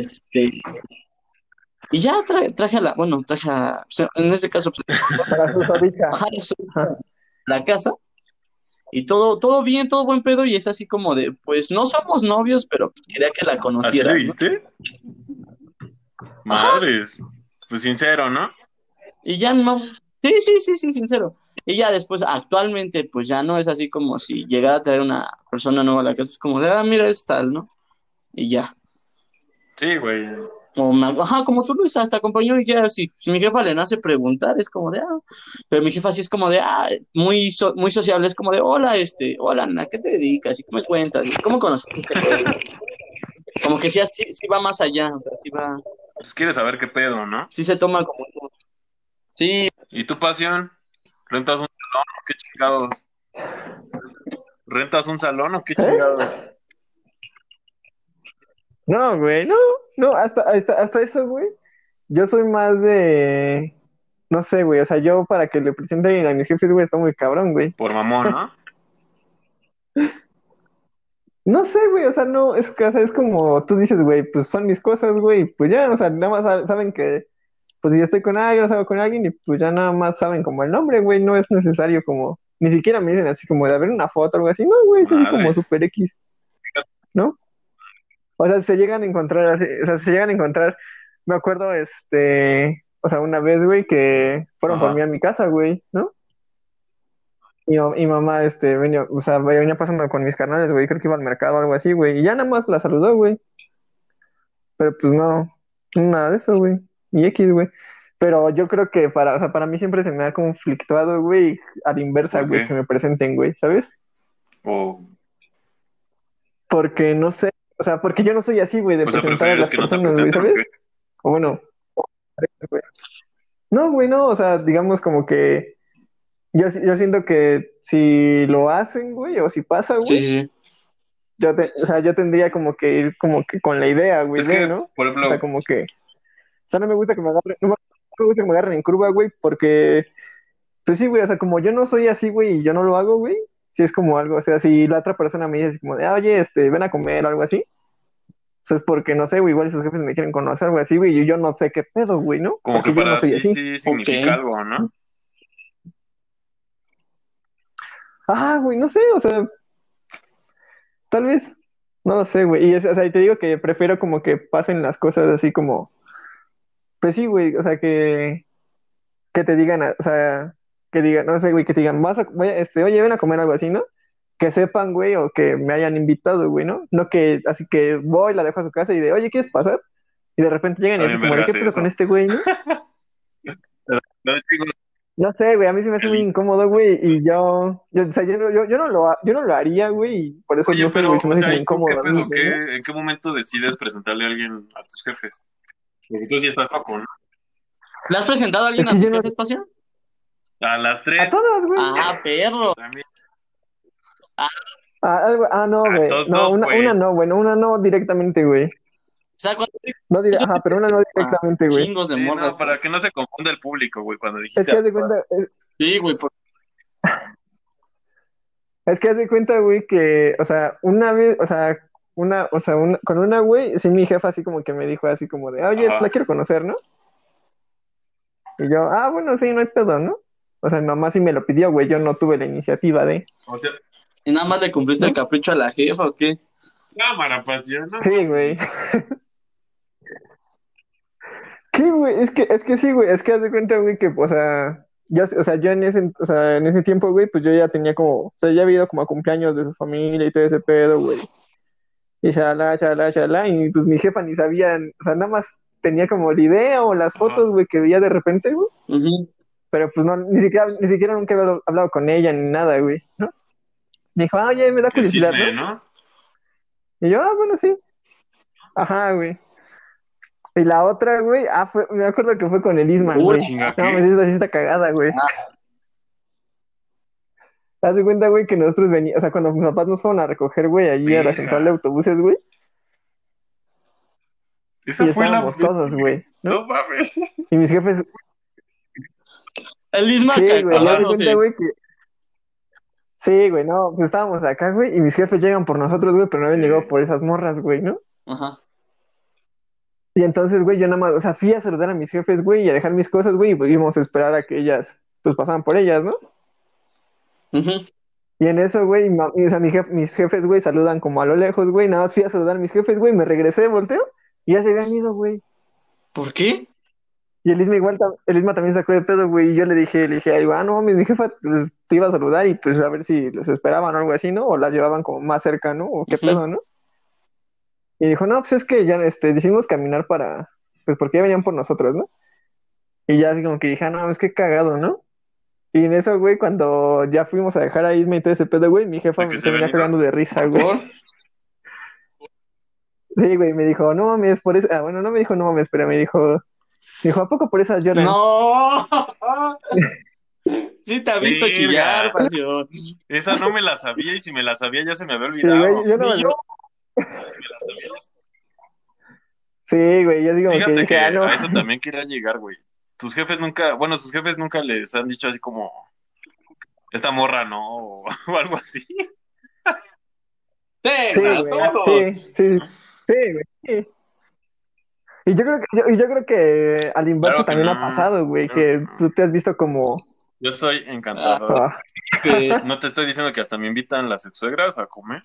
y ya traje a, o sea, en este caso, pues, Para su ajá, ahorita. Ajá. la casa, y todo bien, todo buen pedo, y es así como de, pues no somos novios, pero pues, quería que la ¿Así le conocieras, ¿no? diste? Ajá, Madres. Pues sincero, ¿no? y ya no, sí, sí, sí, sí, sincero. Y ya después, actualmente, pues ya no es así como si llegara a traer una persona nueva a la casa, es como de, mira, es tal, ¿no? Y ya. Sí, güey. Ajá, como tú, Luis, hasta acompañó y ya, si mi jefa le nace preguntar, es como de, pero mi jefa sí es como de, muy sociable, es como de, hola, hola, Ana, ¿qué te dedicas? ¿Y qué me cuentas? ¿Y cómo conociste este pedo? Como que sí, sí va más allá, o sea, Pues quieres saber qué pedo, ¿no? sí se toma como, sí, ¿Y tu pasión? ¿Rentas un salón o qué chingados? ¿Rentas un salón o qué ¿Eh? chingados? No, güey, no, no, hasta eso, güey. Yo soy más de, no sé, güey, o sea, yo para que le presenten a mis jefes, güey, está muy cabrón, güey. Por mamón, ¿no? No sé, güey, o sea, no, es que, o sea, es como tú dices, güey, pues son mis cosas, güey, pues ya, o sea, nada más saben que, pues si yo estoy con alguien, o salgo con alguien, y pues ya nada más saben como el nombre, güey, no es necesario como, ni siquiera me dicen así como de haber una foto o algo así, no, güey, es así como Madres. super X, ¿no? O sea, se llegan a encontrar así, o sea, se llegan a encontrar, me acuerdo, o sea, una vez, güey, que fueron por mí Ajá. a mi casa, güey, ¿no? Y mamá, venía, o sea, venía pasando con mis carnales, güey, creo que iba al mercado o algo así, güey, y ya nada más la saludó, güey. Pero pues no, nada de eso, güey. Y X, güey. Pero yo creo que o sea, para mí siempre se me ha conflictuado, güey, a la inversa, ¿Por güey, qué? que me presenten, güey, ¿sabes? O, Porque no sé, o sea, porque yo no soy así, güey, de o sea, presentar a ¿prefieres las que no te personas, güey, presenten o ¿sabes? qué? O bueno, güey. No, güey, no, o sea, digamos como que yo siento que si lo hacen, güey, o si pasa, Sí, güey, sí, sí. o sea, yo tendría como que ir como que con la idea, güey, Es de, que, ¿no? por O sea, ejemplo, como que, o sea, no me gusta que me agarren, no me gusta que me agarren en curva, güey, porque pues sí, güey, o sea, como yo no soy así, güey, y yo no lo hago, güey, sí es como algo, o sea, si la otra persona me dice así como de, "Ah, oye, ven a comer o algo así, pues es porque no sé, güey, igual sus jefes me quieren conocer, algo así, güey, y yo no sé qué pedo, güey, ¿no? como que Porque yo no para soy ti así. sí Ok. significa algo, ¿no? Ah, güey, no sé, o sea, tal vez, no lo sé, güey, o sea, y te digo que prefiero como que pasen las cosas así como, pues sí, güey, o sea, que te digan, o sea, que digan, no sé, güey, que te digan, oye, ven a comer algo así, ¿no? Que sepan, güey, o que me hayan invitado, güey, ¿no? No que, así que voy, la dejo a su casa y de, oye, ¿quieres pasar? Y de repente llegan Está y así bien como, ¿de qué vergas pedo con eso. este güey, no? No, digo, No sé, güey, a mí se me hace muy el- incómodo, güey, y o sea, yo no lo haría, güey, y por eso, Oye, no sé, güey, pero, se o me hace sea, como ¿y tú qué incómodo a mí, pedo? güey, ¿no? ¿En qué momento decides presentarle a alguien a tus jefes? Porque tú sí estás loco, ¿no? ¿Le has presentado a Es alguien a que tus yo no, jefes, Pasión? A las a 3 todas, güey. Ah, perro. también. Ah, no, A güey, todos no, dos, una güey. no, bueno, una no directamente, güey. O sea, cuando No, ajá, pero una no ah, directamente, güey. chingos de Sí, no, morras, para pues. que no se confunda el público, güey, cuando Es dijiste que a haz de todas. cuenta, Sí, güey, es que haz de cuenta, güey, que, o sea, una vez, con una, güey, sí, mi jefa así como que me dijo así como de, oye, pues la Ajá. quiero conocer, ¿no? Y yo, bueno, sí, no hay pedo, ¿no? O sea, mi mamá sí me lo pidió, güey, yo no tuve la iniciativa de, O sea, ¿y nada más le cumpliste el ¿no? capricho a la jefa o qué? cámara, pasión, no Sí, güey. mames. ¿Qué, güey? Es que sí, güey, es que haz de cuenta, güey, que, o sea, yo en ese tiempo, güey, pues yo ya tenía como, o sea, ya había ido como a cumpleaños de su familia y todo ese pedo, güey. Y shala, shala, shala, y pues mi jefa ni sabía, o sea, nada más tenía como la idea o las Ajá. fotos, güey, que veía de repente, güey, Ujú. pero pues no, ni siquiera nunca había hablado con ella ni nada, güey, ¿no? Me dijo, oye, me da El curiosidad, ¿no? chisme, ¿no? Y yo, bueno, sí, ajá, güey. Y la otra, güey, me acuerdo que fue con el Isman, Uy, güey. Chinga, No, ¿qué? me sí está cagada, güey. Haz de cuenta, güey, que nosotros veníamos, o sea, cuando mis papás nos fueron a recoger, güey, allí a la central de Verga. autobuses, güey, Esa y fue la estábamos vez todos, que... güey, ¿no? No mames. Y mis jefes, el Isma sí, güey, ya de cuenta, cagándose. güey, que sí, güey, no, pues estábamos acá, güey, y mis jefes llegan por nosotros, güey, pero no habían Sí. llegado por esas morras, güey, ¿no? Ajá. Y entonces, güey, yo nada más, o sea, fui a saludar a mis jefes, güey, y a dejar mis cosas, güey, y pues íbamos a esperar a que ellas, pues pasaran por ellas, ¿no? Ujú. Y en eso, güey, o sea, mis jefes, güey, saludan como a lo lejos, güey, nada más fui a saludar a mis jefes, güey, me regresé, volteo, y ya se habían ido, güey. ¿Por qué? Y el Isma igual, el Isma también sacó de pedo, güey, y yo le dije, ay, no, mi jefa pues, te iba a saludar y pues a ver si los esperaban o algo así, ¿no? O las llevaban como más cerca, ¿no? O qué Ujú. pedo, ¿no? Y dijo, no, pues es que ya, decidimos caminar pues porque ya venían por nosotros, ¿no? Y ya así como que dije, no, es que cagado, ¿no? Y en eso, güey, cuando ya fuimos a dejar a Isma y todo ese pedo, güey, mi ¿De que jefa se se habían venía ido? cagando de risa, güey. ¿Por? Sí, güey, me dijo, no mames, por eso, bueno, no me dijo no mames, pero me dijo, ¿a poco por esas lloran? No. Sí te ha visto chillar, Verga. pasión. Esa no me la sabía y si me la sabía ya se me había Sí, güey, olvidado. yo no Ni me yo. lo... Sí, güey, yo digo que Fíjate dije, que no a eso mames. también quería llegar, güey. Sus jefes nunca les han dicho así como, esta morra, ¿no? O, o algo así. Sí, Sí, a güey. todos. Sí, güey. Sí. Y yo creo que al inverso Claro que también no, ha pasado, güey, claro que que no. tú te has visto como... Yo soy Ah, encantador. ah, güey. No te estoy diciendo que hasta me invitan las exsuegras a comer.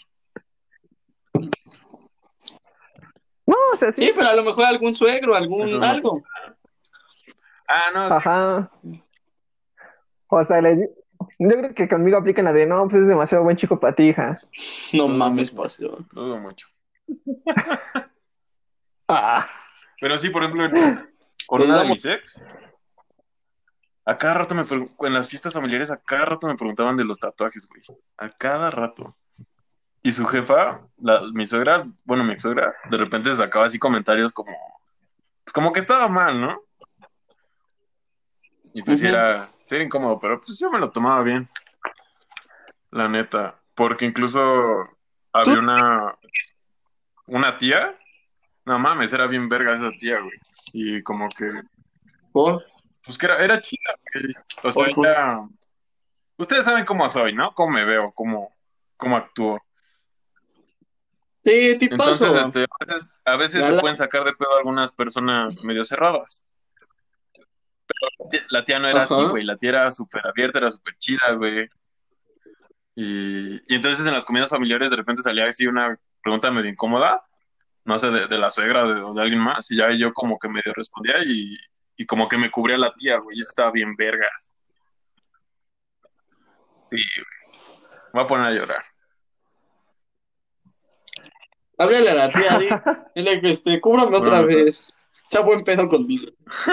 no, o sea, Sí, sí. pero a lo mejor algún suegro, Eso algún no. algo. Ah, no, sí, Ajá. O sea, yo creo que conmigo aplican la de, no, pues es demasiado buen chico para ti, hija. No dudo mames, mucho. pasión. Dudo mucho. Ah, Pero sí, por ejemplo, con Nos una de damos. mis ex, a cada rato en las fiestas familiares, a cada rato me preguntaban de los tatuajes, güey. A cada rato. Y su jefa, mi suegra, bueno, mi ex suegra, de repente sacaba así comentarios como, pues como que estaba mal, ¿no? Y pues Ujú. sí era incómodo, pero pues yo me lo tomaba bien, la neta. Porque incluso Tú, había una tía, no mames, era bien verga esa tía, güey. Y como que, por, pues que era chida, güey. O sea, por. ustedes saben cómo soy, ¿no? Cómo me veo, cómo actúo. Sí, Entonces, tipazo. a veces se Gala. pueden sacar de pedo algunas personas medio cerradas. La tía no era así, Ajá. güey. La tía era súper abierta, era súper chida, güey. Y entonces en las comidas familiares de repente salía así una pregunta medio incómoda, no sé, de la suegra o de alguien más, y ya yo como que medio respondía y como que me cubría la tía, güey. Y eso estaba bien vergas. Sí, me voy a poner a llorar. Háblale a la tía, dile que cúbrame otra Bueno, vez. Sea buen pedo conmigo.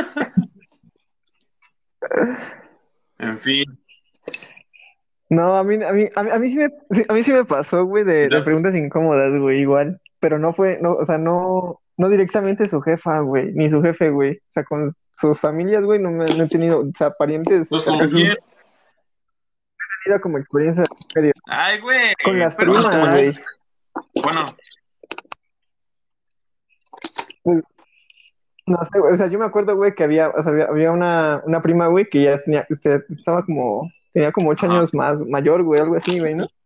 en fin, no, a mí sí me pasó, güey, de ya, preguntas incómodas, güey, igual. Pero no fue, no, o sea, no directamente su jefa, güey, ni su jefe, güey. O sea, con sus familias, güey, no he tenido, o sea, parientes pues con cercanos, quién. Ujú. he tenido como experiencia medio. Ay, güey, Con las pero Ah, primas, caray. güey. bueno, Pues, no sé, güey, o sea, yo me acuerdo, güey, que había, o sea, había una prima, güey, que ya tenía, tenía como 8 años ajá. más mayor, güey, algo así, güey, ¿no?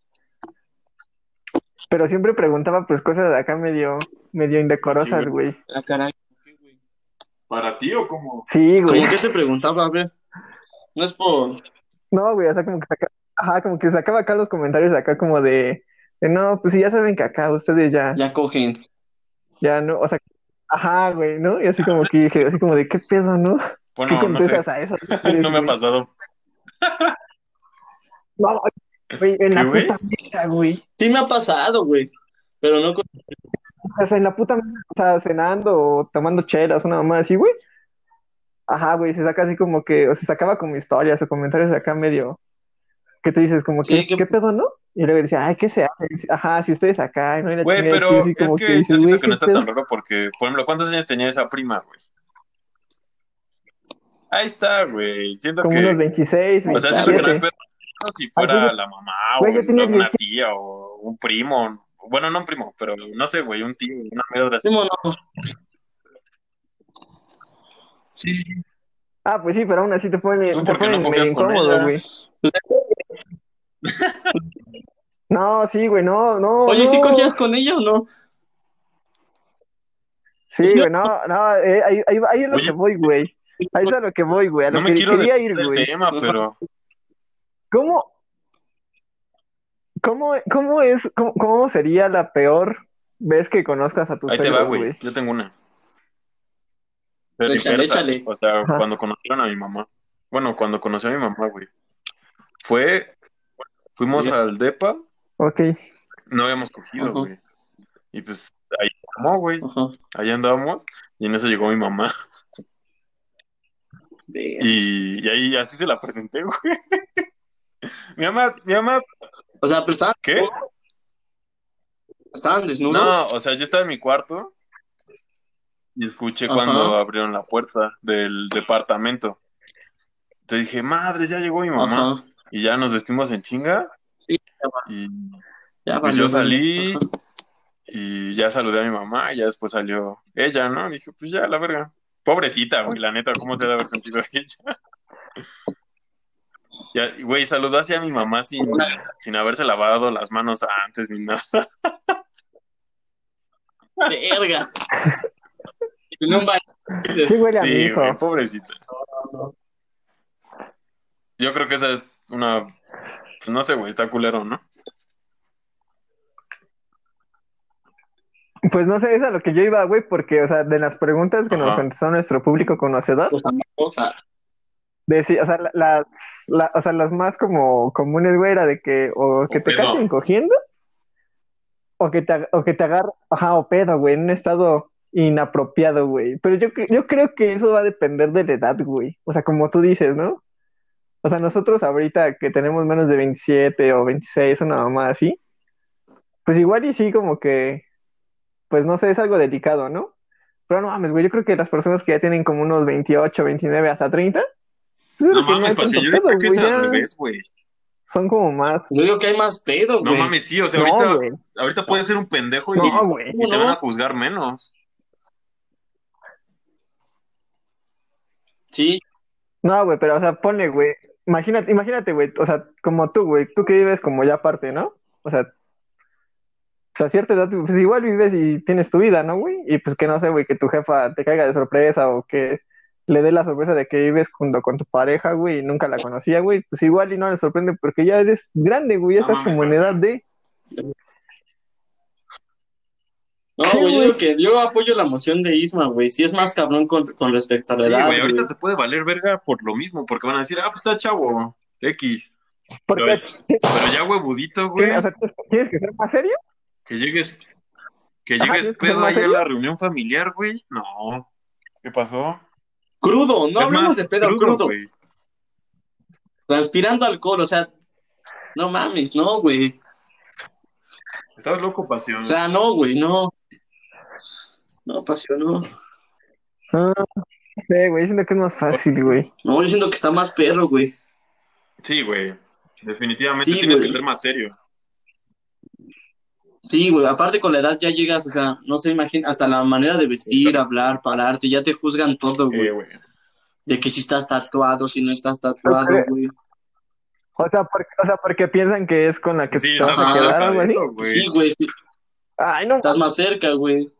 Pero siempre preguntaba, pues, cosas de acá medio Un chingo. indecorosas, güey. Ah, caray. ¿Para ti o cómo? Sí, güey. ¿Cómo que te preguntaba? A ver. No es por. No, güey, o sea, como que sacaba acá los comentarios acá como de no, pues sí, ya saben que acá ustedes Ya cogen. ya no, o sea, ajá, güey, ¿no? Y así como que dije, así como de, ¿qué pedo, no? ¿Qué Bueno, no sé, contestas a esas mujeres, no me ha güey? pasado. No, güey, en ¿Qué, la güey? puta mesa, güey. Sí me ha pasado, güey. Pero no con. O sea, en la puta mesa, o sea, cenando o tomando chelas, una mamá así, güey. Ajá, güey, se saca así como que, o se sacaba como historias o comentarios acá medio, que tú dices como, Sí, ¿qué pedo, no? Y luego decía, ay, ¿qué se hace? Y dice, ajá, si ustedes acá, ¿no? Y la Güey, chingada, y pero así es como que que yo dices, siento güey, que no ¿qué está pedo? tan raro porque, por ejemplo, ¿cuántos años tenía esa prima, güey? Ahí está, güey. Siento Como unos que, 26, o sea, siento que no hay 27. pedo ¿no? Si Ay, fuera la mamá güey, o yo tenía una 18. tía o un primo. Bueno, no un primo, pero no sé, güey, un tío, una mierda así. primo no. Sí, sí, sí. Ah, pues sí, pero aún así te Tú te porque no ponen medio cogías con incómodo, ella. güey. No, sí, güey, Oye, ¿sí no. cogías con ella o no? Sí, güey, no, ahí es lo que Oye, voy, güey. Ahí es a lo que voy, güey, a no lo me que quiero desviar quería ir, del güey. tema, Ajá. pero ¿Cómo, cómo sería la peor vez que conozcas a tus ahí te va, suegros, güey. güey? Yo tengo una. Pero Échale, inversa. échale. O sea, Ajá, cuando conocieron a mi mamá. Bueno, cuando conoció a mi mamá, güey. Fuimos Ya. al DEPA, ok. no habíamos cogido, Ajá, güey. Y pues ahí andamos, güey. ajá. Ahí andábamos. Y en eso llegó mi mamá. Bien. Y ahí así se la presenté, güey. Mi mamá, O sea, pero ¿qué? estaban No, desnudos. o sea, yo estaba en mi cuarto y escuché cuando Ajá, abrieron la puerta del departamento. Entonces dije, madre, ya llegó mi mamá. ajá. Y ya nos vestimos en chinga. Sí, Y, y ya pues yo valió, verga. Ajá. salí y ya saludé a mi mamá. Y ya después salió ella, ¿no? Dije, pues ya, la verga. Pobrecita, güey, la neta, ¿cómo se debe haber sentido ella? Ya, y, güey, saludó así a mi mamá sin haberse lavado las manos antes ni nada. Verga. En un baño. Sí huele a mi Sí, hijo. güey, pobrecita. Yo creo que esa es una... Pues no sé, güey, está culero, ¿no? Pues no sé, es a lo que yo iba, güey, porque, o sea, de las preguntas que nos Ajá. contestó nuestro público conocedor, Pues vamos a... o sea, o sea, las más como comunes, güey, era de que o que O te pedo. cachen cogiendo o que te agarren, ajá, o pedo, güey, en un estado inapropiado, güey. Pero yo creo que eso va a depender de la edad, güey. O sea, como tú dices, ¿no? O sea, nosotros ahorita que tenemos menos de 27 o 26 o nada más así, pues igual y sí como que, pues no sé, es algo delicado, ¿no? Pero no mames, güey, yo creo que las personas que ya tienen como unos 28, 29 hasta 30, yo No creo que no mames, hay pasión, tanto yo diría pedo, que güey, es al ya revés, güey. son como más. Yo digo que hay más pedo, No güey. mames, sí, o sea, No, güey, ahorita puedes ser un pendejo y, no, güey. y te ¿Cómo van a no? juzgar menos. Sí, No, güey, pero, o sea, ponle, güey, imagínate, güey, o sea, como tú, güey, tú que vives como ya aparte, ¿no? O sea, a cierta edad, pues igual vives y tienes tu vida, ¿no, güey? Y pues que no sé, güey, que tu jefa te caiga de sorpresa o que le dé la sorpresa de que vives junto con tu pareja, güey, y nunca la conocía, güey, pues igual y no le sorprende porque ya eres grande, güey, ya No estás mames, como en edad pasión. de... no, ¿Qué, güey, yo güey? digo que yo apoyo la moción de Isma, güey. Sí es más cabrón con respecto a la Sí, edad, güey, güey. ahorita te puede valer verga por lo mismo, porque van a decir, ah, pues está chavo, X. Porque, Pero ya huevudito, o güey, sea, ¿tienes que ser más serio? que llegues, que Ajá, llegues ¿tienes que ser pedo más ahí a serio? la reunión familiar, güey. No, ¿qué pasó? Crudo, no Es hablemos más, de pedo crudo, crudo. güey. Transpirando alcohol, o sea, no mames, no, güey. Estás loco, O pasión. sea, no, güey, no. No, pasión, no. No, no sé, güey, siento que es más fácil, güey. No, yo siento que está más perro, güey. Sí, güey, definitivamente Sí, tienes que güey. ser más serio. Sí, güey. Aparte con la edad ya llegas, o sea, no se imagina, hasta la manera de vestir, hablar, pararte, ya te juzgan todo, güey. Güey. De que si estás tatuado, si no estás Pero, tatuado, güey. o sea, porque piensan que es con la que Sí, te vas estás a más quedar, cerca algo de así. eso, güey. Sí, güey. Ay, no, Estás más cerca, güey.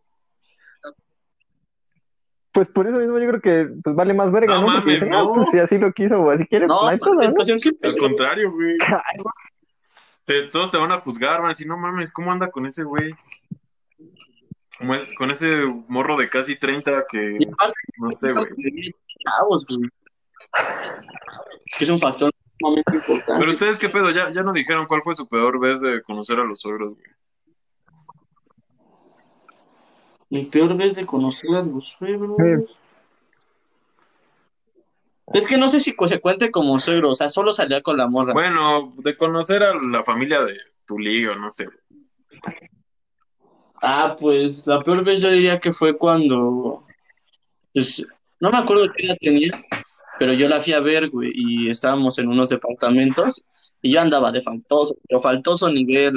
pues por eso mismo yo creo que pues vale más verga, No ¿no? Porque mames, dicen, no, no. pues si así lo quiso o así quiere, pues No, no hay pedo, mames, ¿no? pasión, qué Al pedo. contrario, güey. Ay, Todos te van a juzgar, van a decir, no mames, ¿cómo anda con ese güey? Con ese morro de casi 30 que, Y aparte, no sé, güey. chavos, güey. Que es un factor sumamente importante. Pero ustedes, ¿qué pedo? Ya nos dijeron cuál fue su peor vez de conocer a los suegros, güey. Mi peor vez de conocer a los suegros. Es que no sé si se cuente como suegro, o sea, solo salía con la morra. Bueno, de conocer a la familia de tu liga, no sé. Ah, pues la peor vez yo diría que fue cuando, pues, no me acuerdo qué edad tenía, pero yo la fui a ver, güey, y estábamos en unos departamentos y yo andaba de faltoso, pero faltoso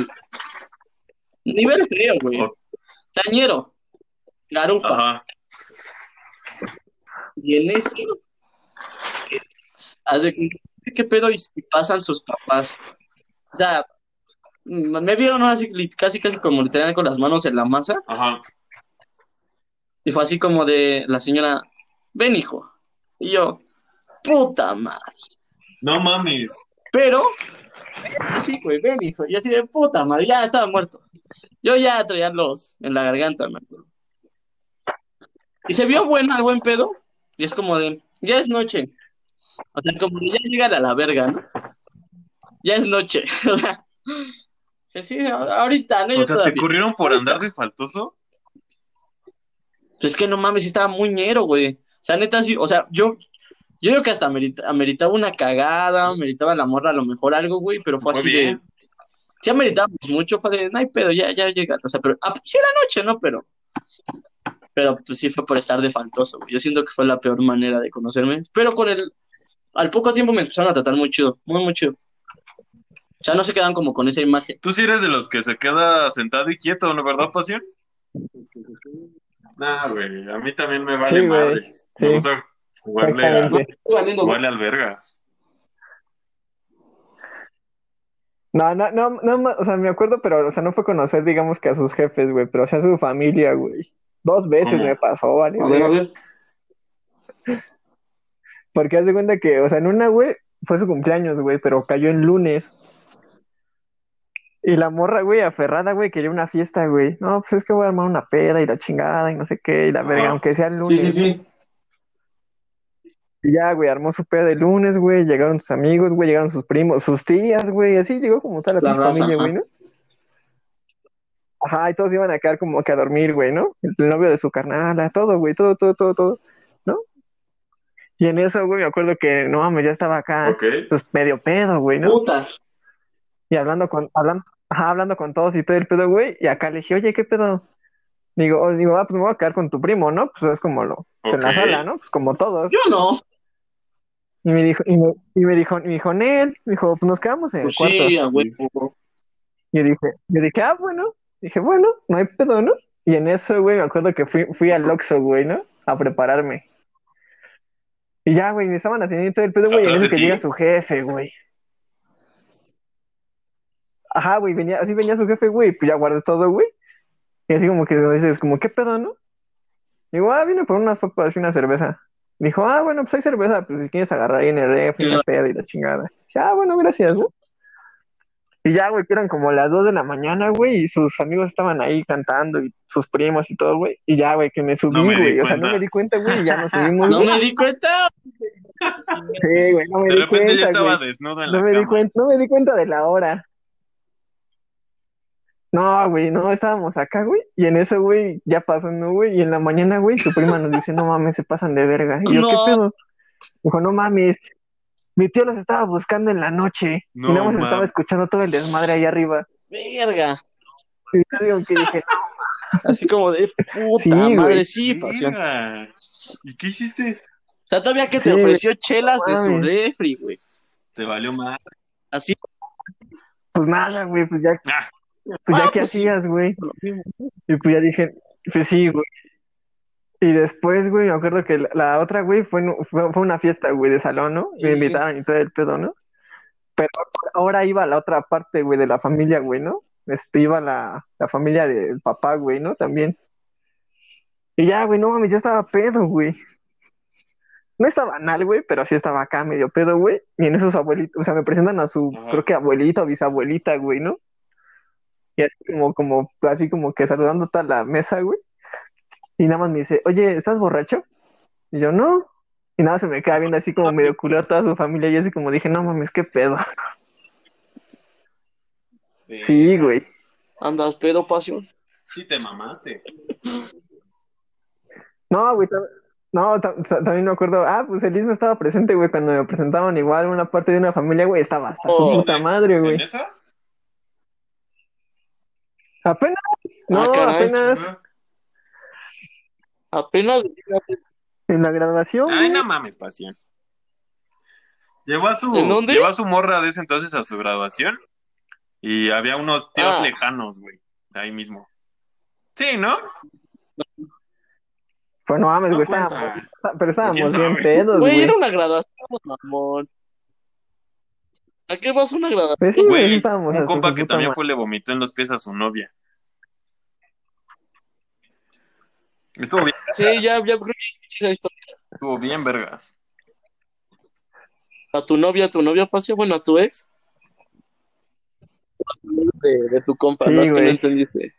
nivel feo, güey, O- tañero, garufa. Ajá. Y en eso, haz de cuenta, qué pedo y si pasan sus papás. O sea, me vieron así, casi como literal con las manos en la masa. Ajá. Y fue así como de la señora, ven hijo. Y yo, puta madre. No mames. Pero, sí, güey, ven hijo. Y así de puta madre, ya estaba muerto. Yo ya traía los en la garganta, me acuerdo. Y se vio buena, buen pedo. Y es como de, ya es noche. O sea, como de ya llega a la verga, ¿no? Ya es noche. O sea, que sí, ahorita, ¿no? O Yo sea, ¿te todavía. corrieron por andar de faltoso? Pues es que no mames, sí estaba muy ñero, güey. O sea, neta, sí, o sea, yo digo que hasta ameritaba una cagada, ameritaba la morra a lo mejor algo, güey, pero fue Fue así bien. de, sí ameritábamos mucho, fue de, no hay pedo, ya llega, o sea, pero, pues sí era noche, ¿no? Pero pues sí fue por estar de faltoso, güey. Yo siento que fue la peor manera de conocerme, pero al poco tiempo me empezaron a tratar muy chido, muy, muy chido. O sea, no se quedan como con esa imagen. Tú sí eres de los que se queda sentado y quieto, ¿no? ¿Verdad, pasión? Nah, güey, a mí también me vale Sí, güey, madre. sí, Me gusta jugarle No, exactamente. estoy valiendo, güey. al verga. No, o sea, me acuerdo, pero, o sea, no fue conocer, digamos, que a sus jefes, güey, pero o sea, a su familia, güey. 2 veces me ¿Cómo? pasó, ¿vale? A ver. Porque haz de cuenta que, o sea, en una, güey, fue su cumpleaños, güey, pero cayó en lunes. Y la morra, güey, aferrada, güey, quería una fiesta, güey. No, pues es que voy a armar una peda y la chingada y no sé qué, y la verga, Ajá. aunque sea el Sí, sí, lunes, ¿no? sí. Y ya, güey, armó su peda de lunes, güey, llegaron sus amigos, güey, llegaron sus primos, sus tías, güey, así llegó como toda la La pinche raza, familia, güey, ajá. ¿no? Ajá, y todos iban a quedar como que a dormir, güey, ¿no? El novio de su carnala, todo, güey, todo, ¿no? Y en eso, güey, me acuerdo que, no mames, ya estaba acá, Ok. pues medio pedo, güey, ¿no? Putas. Y hablando con todos y todo el pedo, güey, y acá le dije, oye, ¿qué pedo? Digo, pues me voy a quedar con tu primo, ¿no? Pues es como pues en Ok. la sala, ¿no? Pues como todos. Yo no. Y me dijo, y me dijo, Nel, me dijo, pues nos quedamos en el Pues cuarto. sí, a huevo. Y yo dije, bueno, dije, bueno, no hay pedo, ¿no? Y en eso, güey, me acuerdo que fui al Oxxo, güey, ¿no? A prepararme. Y ya, güey, me estaban atendiendo todo el pedo, güey, y en ¿Atrás eso de que llega ti? su jefe, güey. Ajá, güey, así venía su jefe, güey, pues ya guardé todo, güey. Y así como que dices, como, ¿qué pedo, no? Digo, vine por unas papas y una cerveza. Dijo, bueno, pues hay cerveza, pues si quieres agarrar ahí en el refri, no hay pedo y la chingada. Dije, bueno, gracias, ¿no? Y ya, güey, que eran como las 2 de la mañana, güey, y sus amigos estaban ahí cantando y sus primos y todo, güey. Y ya, güey, que me No subí, me di güey. O sea, no me cuenta. di cuenta, güey, y ya nos subimos, No güey. me di cuenta. Sí, güey, no me De di repente ya cuenta, estaba güey. desnudo en No la me di cama. cuenta, no me di cuenta de la hora. No, güey, no, estábamos acá, güey, y en eso, güey, ya pasó, ¿no, güey? Y en la mañana, güey, su prima nos dice, no mames, se pasan de verga. Y yo, ¿qué No, pedo? Dijo, no mames, mi tío los estaba buscando en la noche y nada No, más estaba mam. escuchando todo el desmadre ahí arriba. verga. Y yo digo que dije, Así como de puta sí, güey, madre, sí, pasión. Verga. ¿Y qué hiciste? O sea, todavía que te sí, güey, ofreció chelas no de su mames. refri, güey. Te valió más. Así. Pues nada, güey, Ah, pues ya, ¿qué Pues sí. hacías, güey? Lo mismo. Y pues ya dije, pues sí, güey. Y después, güey, me acuerdo que la otra, güey, fue una fiesta, güey, de salón, ¿no? Sí, Me sí, sí. invitaron y todo el pedo, ¿no? Pero ahora iba la otra parte, güey, de la familia, güey, ¿no? Iba la familia del papá, güey, ¿no? También. Y ya, güey, no mames, ya estaba pedo, güey. No estaba anal, güey, pero sí estaba acá medio pedo, güey. Y en esos abuelitos, o sea, me presentan a su, creo ajá. que abuelita o bisabuelita, güey, ¿no? Y así así como que saludando toda la mesa, güey. Y nada más me dice, oye, ¿estás borracho? Y yo, no. Y nada, se me queda viendo así como medio culero a toda su familia. Y así como dije, no mames, qué pedo. Sí, Verga. güey. Andas pedo, pasión. Sí te mamaste. No, güey, no, también me acuerdo. Pues el mismo estaba presente, güey, cuando me presentaban igual una parte de una familia, güey, estaba hasta su Oh, puta ¿Dónde? madre, ¿En güey. esa? Apenas, no, caray. apenas Chinga. Apenas. en la graduación, Ay, no güey. mames, pasión. Llevó a ¿En su, dónde? llevó a su morra de ese entonces a su graduación y había unos tíos Ah, lejanos, güey. Ahí mismo. Sí, ¿no? Pues no mames, No güey, cuenta. pero ¿O quién estábamos bien sabe? pedos, güey, era güey. una graduación, mamón. ¿A qué vas a una Pues sí, graduación? güey, sí Güey, estábamos un hasta su compa que puta también madre. fue le vomitó en los pies a su novia. Estuvo bien, Sí, ya creo que escuché esa historia. estuvo bien, vergas. A tu novia pasó, bueno, a tu ex, de tu compa, no Sí, es que no güey. entendiste.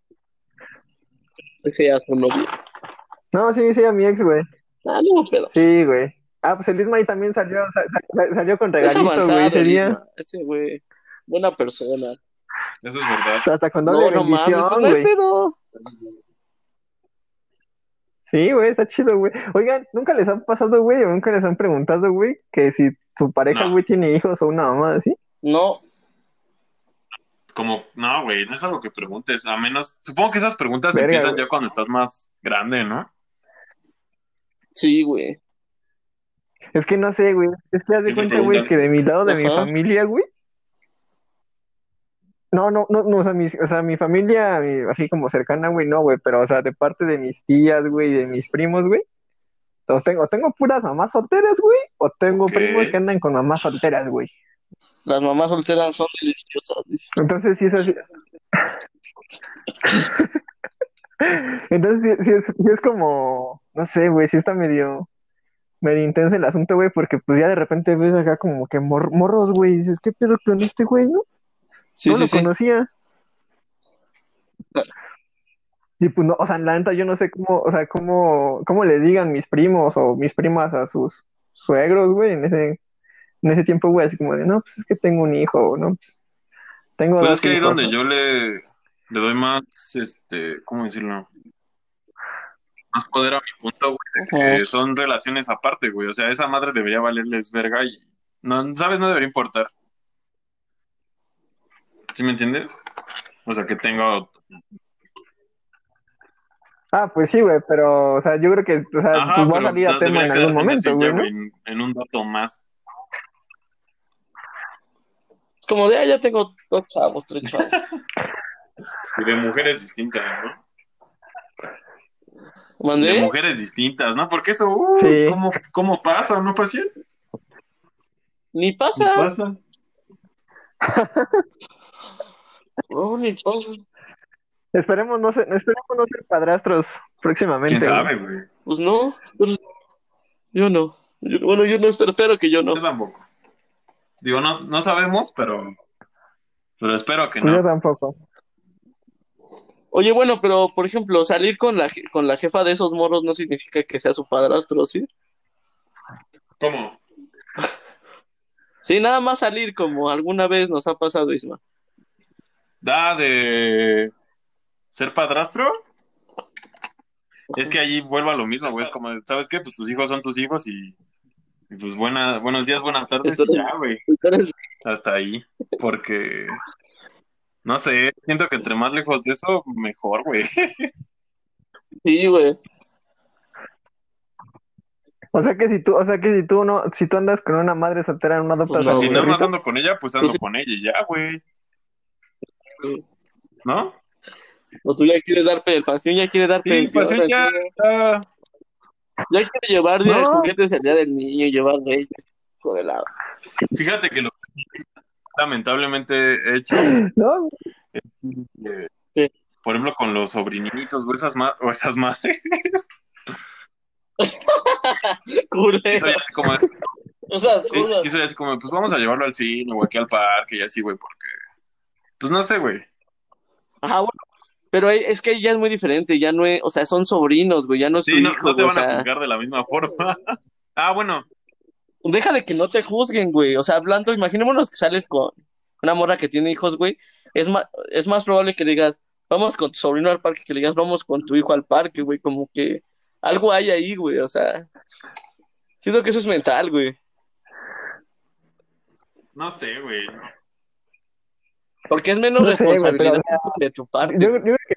Ese ya es su novia. No, sí, a mi ex, güey. No, pero Sí, güey. Pues el mismo ahí también salió con es regalito, güey, avanzado ese el día. Isma, ese güey, buena persona. Eso es verdad. Hasta con doble No, no mames, pues bendición, no hay güey. pedo. Sí, güey, está chido, güey. Oigan, ¿nunca les ha pasado, güey, o nunca les han preguntado, güey, que si su pareja, No, güey, tiene hijos o una mamá así? No, no, güey, no es algo que preguntes. A menos, supongo que esas preguntas Verga, empiezan güey. ya cuando estás más grande, ¿no? sí, güey. Es que no sé, güey. Es que haz de Siempre cuenta, güey, preguntan. que de mi lado, de mi Ajá. familia, güey. No, o sea, mi familia, así como cercana, güey, no, güey, pero, o sea, de parte de mis tías, güey, de mis primos, güey. Entonces tengo puras mamás solteras, güey, o tengo Ok. primos que andan con mamás solteras, güey. Las mamás solteras son deliciosas, dices. Entonces sí es así. Entonces sí es como, no sé, güey, sí está medio intenso el asunto, güey, porque pues ya de repente ves acá como que morros, güey, y dices, ¿qué pedo con este güey, no? Sí, No sí, lo sí. conocía. Y pues no, o sea, la neta yo no sé cómo, o sea, cómo le digan mis primos o mis primas a sus suegros, güey, en ese tiempo, güey, así como de, no, pues es que tengo un hijo, ¿no? Pues, tengo Pues es dos que ahí hijos, donde ¿no? yo le doy más, ¿cómo decirlo? Más poder a mi punto, güey, Ajá. que son relaciones aparte, güey. O sea, esa madre debería valerles verga y, no, ¿sabes? No debería importar. ¿Sí me entiendes? O sea, que tengo... Ah, pues sí, güey, pero, o sea, yo creo que, o sea, pues Ajá, va a pero salir a tema debería en algún quedarse en eso momento, y ya, güey, ¿no? güey, en un dato más. Como de, ya tengo 2 chavos, 3 chavos. Y de mujeres distintas, ¿no? De ¿Mandé? mujeres distintas, ¿no? Porque eso, Sí, ¿cómo pasa? ¿No pasa? Ni Ni pasa. pasa. No, ni pasa. esperemos no ser padrastros ¿Quién próximamente, güey. sabe, güey? Pues no, yo no. Bueno, yo no espero que yo Yo no. tampoco. Digo, no sabemos, pero espero que Pues yo no. tampoco. Oye, bueno, pero por ejemplo, salir con la jefa de esos morros no significa que sea su padrastro, ¿sí? ¿Cómo? Sí, nada más salir como alguna vez nos ha pasado, Isma. ¿Da de ser padrastro? Es que allí vuelvo a lo mismo, güey. Es como, ¿sabes qué? Pues tus hijos son tus hijos y pues buenos días, buenas tardes Esto y ya, güey. eres- Hasta ahí. Porque, no sé, siento que entre más lejos de eso, mejor, güey. Sí, güey. O sea que si tú andas con una madre soltera, no Pues adoptas a no, Si tu güey. nada más perrito. ando con ella, pues Tú ando sí, con ella y ya, güey. güey. ¿No? O tú ya quieres dar pensión, ya quieres dar Sí, pues pensión, ella así. está... Ya quiere llevar día de No, juguetes el día del niño, llevar reyes, hijo de la... Fíjate que lo que lamentablemente he hecho, no, eh, Sí. por ejemplo, con los sobrinitos, güey, o esas madres, y soy Culero. así como, sí, y soy así como, pues vamos a llevarlo al cine o aquí al parque y así, güey, porque, pues no sé, güey. Ajá, bueno, pero es que ya es muy diferente, ya no es, o sea, son sobrinos, güey, ya no es su Sí, hijo, no te güey, o van a sea, juzgar de la misma forma. Ah, bueno, deja de que no te juzguen, güey, o sea, hablando, imaginémonos que sales con una morra que tiene hijos, güey, es más probable que le digas, vamos con tu sobrino al parque, que le digas, vamos con tu hijo al parque, güey, como que algo hay ahí, güey, o sea, siento que eso es mental, güey, no sé, güey. porque es menos no sé, güey, pero o responsabilidad sea, de tu parte, yo, güey. yo,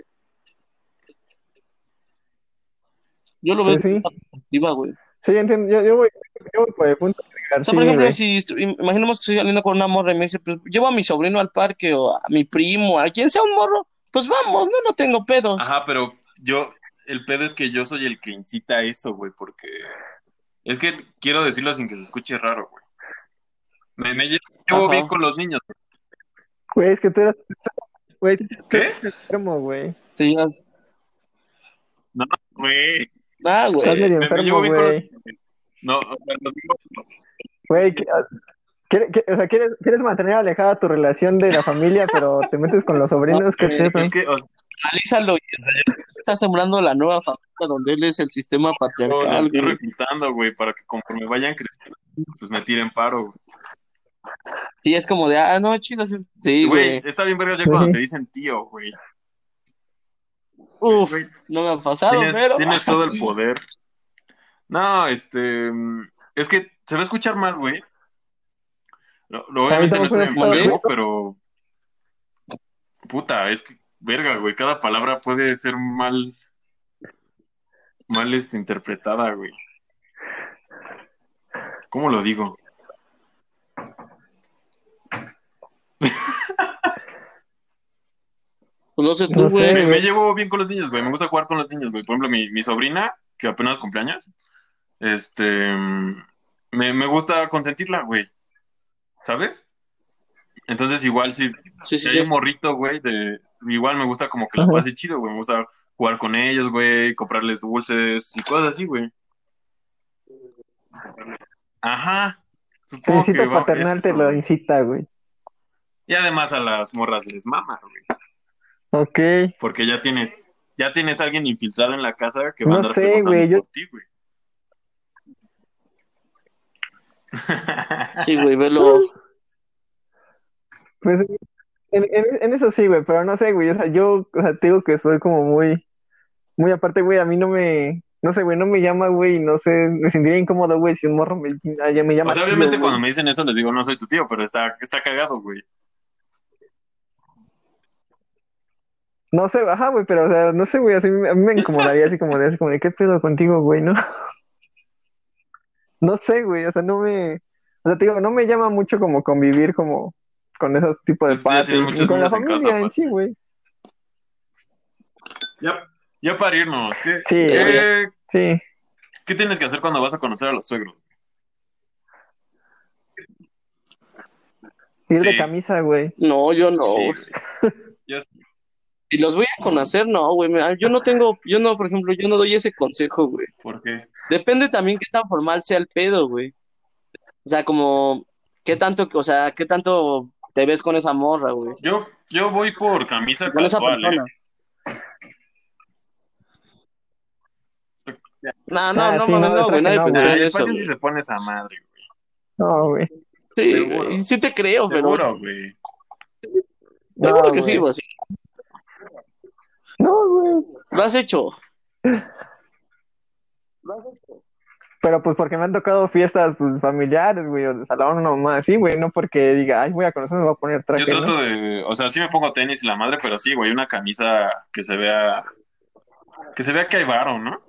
Yo lo veo de pues sí, forma positiva, güey. sí, entiendo, yo voy por el punto de O llegar, sea, por sí, ejemplo, güey. si imaginemos que estoy saliendo con una morra y me dice, pues llevo a mi sobrino al parque o a mi primo, a quien sea un morro, pues vamos, no tengo pedos. Ajá, pero el pedo es que yo soy el que incita a eso, güey, porque es que quiero decirlo sin que se escuche raro, güey. Me llevo bien Ajá. con los niños. Güey, es que tú eres ¿Qué? enfermo, güey. Sí, No, güey. güey. Estás medio Me llevo enfermo, bien con los güey. niños. No, o sea, los niños. Güey, o sea, quieres mantener alejada tu relación de la familia, pero te metes con los No, sobrinos, ¿qué es güey. Es eso? que, o sea, Analízalo y está sembrando la nueva familia donde él es el sistema los patriarcal, estoy güey. reclutando, güey, para que conforme vayan creciendo, pues me tiren paro, güey. Sí, es como de, no, chido, sí. Y, Sí, güey, güey. está bien vergas ya cuando Ujú. te dicen tío, güey. Uf, Güey, no me ha pasado, tienes, pero... tienes todo el poder. No, es que se va a escuchar mal, güey. A mí Obviamente no tampoco me estoy ha pasado, ¿Mandé? enfermo, pero puta, es que, verga, güey, cada palabra puede ser mal, interpretada, güey. ¿Cómo lo digo? Pues no sé tú, no sé, güey. Me güey. llevo bien con los niños, güey. Me gusta jugar con los niños, güey. Por ejemplo, mi sobrina, que apenas cumpleaños, este, me gusta consentirla, güey. ¿Sabes? Entonces igual Sí, si sí, hay sí. un morrito, güey, igual me gusta como que la Ajá. pase chido, güey. Me gusta jugar con ellos, güey, comprarles dulces y cosas así, güey. Ajá, Tu supongo que instinto es paternal te eso, lo güey. incita, güey. Y además a las morras les mama, güey. Ok. Porque ya tienes a alguien infiltrado en la casa que va a No andar sé, preguntando güey. Yo, por ti, güey. Sí, güey, velo. pues, en eso sí, güey, pero no sé, güey. O sea, yo, o sea, te digo que soy como muy aparte, güey. A mí no sé, güey, no me llama, güey. Y no sé, me sentiría incómodo, güey, si un morro ya me O llama sea, tío, obviamente cuando güey. me dicen eso les digo, no soy tu tío, pero está cagado, güey. No sé, ajá, güey, pero, o sea, no sé, güey, así, a mí me incomodaría así como de, ¿qué pedo contigo, güey, no? No sé, güey, o sea, o sea, te digo, no me llama mucho como convivir como con esos tipos de Tú ya tienes partes, ni muchos con la niños en casa, familia en sí, aparte. güey. Ya, ya para irnos, Sí, güey, Verga. sí, qué tienes que hacer cuando vas a conocer a los suegros? ir de Sí, camisa, güey. No, yo no, sí, güey. güey. Yo, Si los voy a conocer, no, güey. Yo no, por ejemplo, yo no doy ese consejo, güey. ¿por qué? Depende también qué tan formal sea el pedo, güey. O sea, como, qué tanto te ves con esa morra, güey. Yo voy por camisa Con esa casual, ¿eh? persona. No, no, Ah, no sí, mames, no, de no, güey. traje Nadie no, pensó güey. Nah, en el eso, pasión sí güey. se pone esa madre, güey. No, güey. Sí, güey. Seguro, Sí te creo, pero seguro, güey. seguro No, que sí, güey. güey. Sí. No, güey. Lo has hecho. Pero pues porque me han tocado fiestas pues familiares, güey, o de salón nomás, sí, güey, no porque diga, ay, voy a conocer, me voy a poner Yo traje, ¿no? trato de, o sea, sí me pongo tenis y la madre, pero sí, güey, una camisa que se vea que hay varo, ¿no?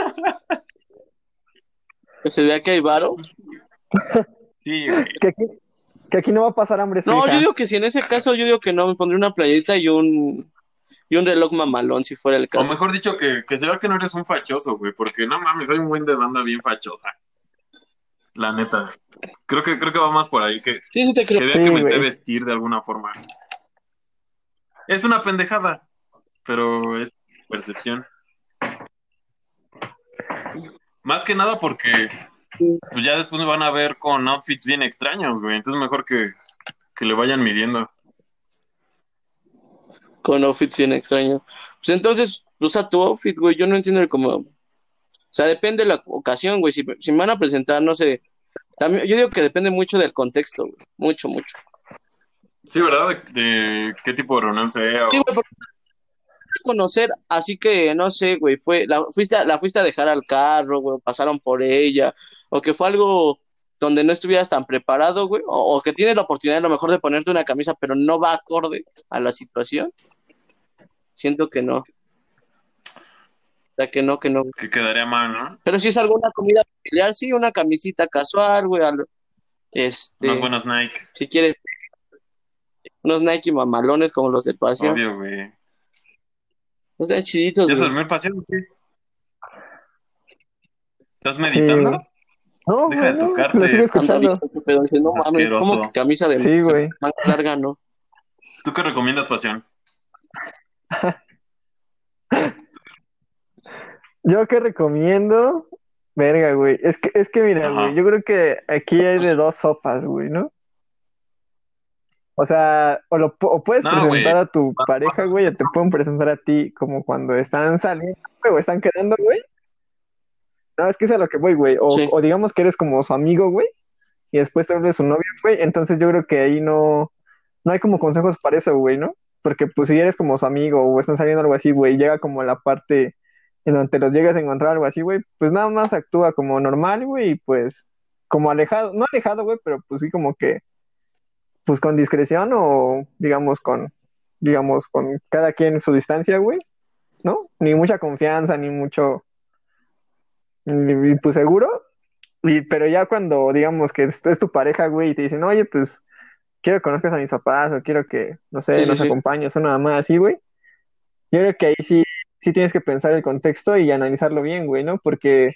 Que se vea que hay varo. Sí, güey. Que aquí, que aquí no va a pasar hambre su No, yo hija. digo que si en ese caso, yo digo que no, me pondría una playerita y un reloj mamalón, si fuera el O caso. mejor dicho, que se vea que no eres un fachoso, güey, porque no mames, hay un buen de banda bien fachosa, la neta. Creo que va más por ahí, Sí, sí te creo. que vean que Sí, me sé güey. vestir de alguna forma. Es una pendejada, pero es percepción. Más que nada porque pues ya después me van a ver con outfits bien extraños, güey. Entonces mejor que le vayan midiendo. Con outfits bien extraños. Pues entonces, usa tu outfit, güey. Yo no entiendo el cómo. O sea, depende de la ocasión, güey. Si me van a presentar, no sé. También, yo digo que depende mucho del contexto, güey. Mucho, mucho. Sí, ¿verdad? De qué tipo de reunión sea Sí, o... güey, porque te voy a conocer, así que no sé, güey. La fuiste a dejar al carro, güey. Pasaron por ella. O que fue algo donde no estuvieras tan preparado, güey. O que tienes la oportunidad a lo mejor de ponerte una camisa, pero no va acorde a la situación. Siento que no. O sea, que no, que no. que quedaría mal, ¿no? Pero si es alguna comida familiar, sí, una camisita casual, güey. Unos Este, buenos Nike. si quieres, unos Nike mamalones como los de Pasión. Obvio, güey. Están chiditos, ¿Ya se güey. durmió el pasión? ¿Qué? ¿Estás Sí, meditando? güey. No, Deja güey, de no, lo sigo tocarte, Anda bien, escuchando. pero dice, no mames, ¿cómo que asqueroso. camisa de Sí, güey. manga larga, no? ¿Tú qué recomiendas, pasión? Yo que recomiendo, verga, güey. Es que mira, güey, Ajá. yo creo que aquí hay Pues, de dos sopas, güey, ¿no? O sea, o puedes No, güey. presentar a tu pareja, güey, o te pueden presentar a ti como cuando están saliendo, güey, o están quedando, güey. No, es que es a lo que voy, güey. sí, O digamos que eres como su amigo, güey, y después te vuelves su novio, güey. Entonces yo creo que ahí no hay como consejos para eso, güey, ¿no? Porque pues si eres como su amigo o están saliendo algo así, güey, llega como la parte en donde te los llegas a encontrar algo así, güey, pues nada más actúa como normal, güey, y pues como alejado, no alejado, güey, pero pues sí como que, pues con discreción o digamos, con cada quien su distancia, güey, ¿no? Ni mucha confianza, ni mucho, pues seguro, pero ya cuando digamos que es tu pareja, güey, y te dicen, oye, pues quiero que conozcas a mis papás o quiero que, no sí, sé, sí, nos sí. acompañes o nada más así, güey. Yo creo que ahí sí tienes que pensar el contexto y analizarlo bien, güey, ¿no? Porque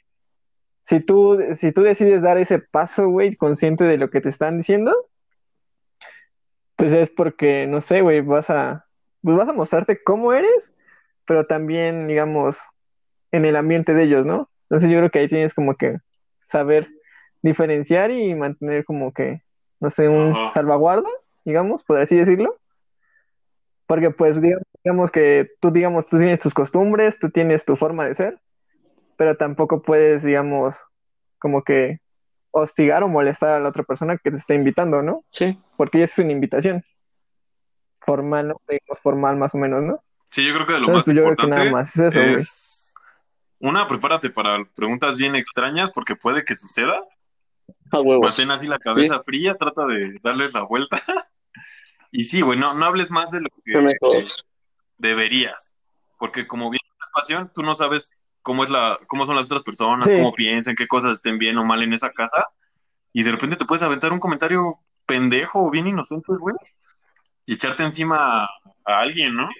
si tú decides dar ese paso, güey, consciente de lo que te están diciendo, Pues es porque, no sé, güey, pues vas a mostrarte cómo eres, pero también, digamos, en el ambiente de ellos, ¿no? Entonces yo creo que ahí tienes como que saber diferenciar y mantener como que, no sé, un Ajá. salvaguarda, digamos, por así decirlo, porque pues digamos que tú, digamos, tú tienes tus costumbres, tú tienes tu forma de ser, pero tampoco puedes, digamos, como que hostigar o molestar a la otra persona que te está invitando, ¿no? Sí. Porque ya es una invitación formal, ¿no? Digamos, formal más o menos, ¿no? Sí, yo creo que de lo Entonces, más pues yo creo que nada importante más es eso, güey. es, una, prepárate para preguntas bien extrañas porque puede que suceda. A huevo. Mantén así la Sí, cabeza fría, trata de darles la vuelta. Y sí, güey, no hables más de lo fue que mejor. deberías. Porque como bien es pasión, tú no sabes cómo son las otras personas, Sí, cómo piensan, qué cosas estén bien o mal en esa casa. Y de repente te puedes aventar un comentario pendejo o bien inocente, güey, y echarte encima a alguien, ¿no?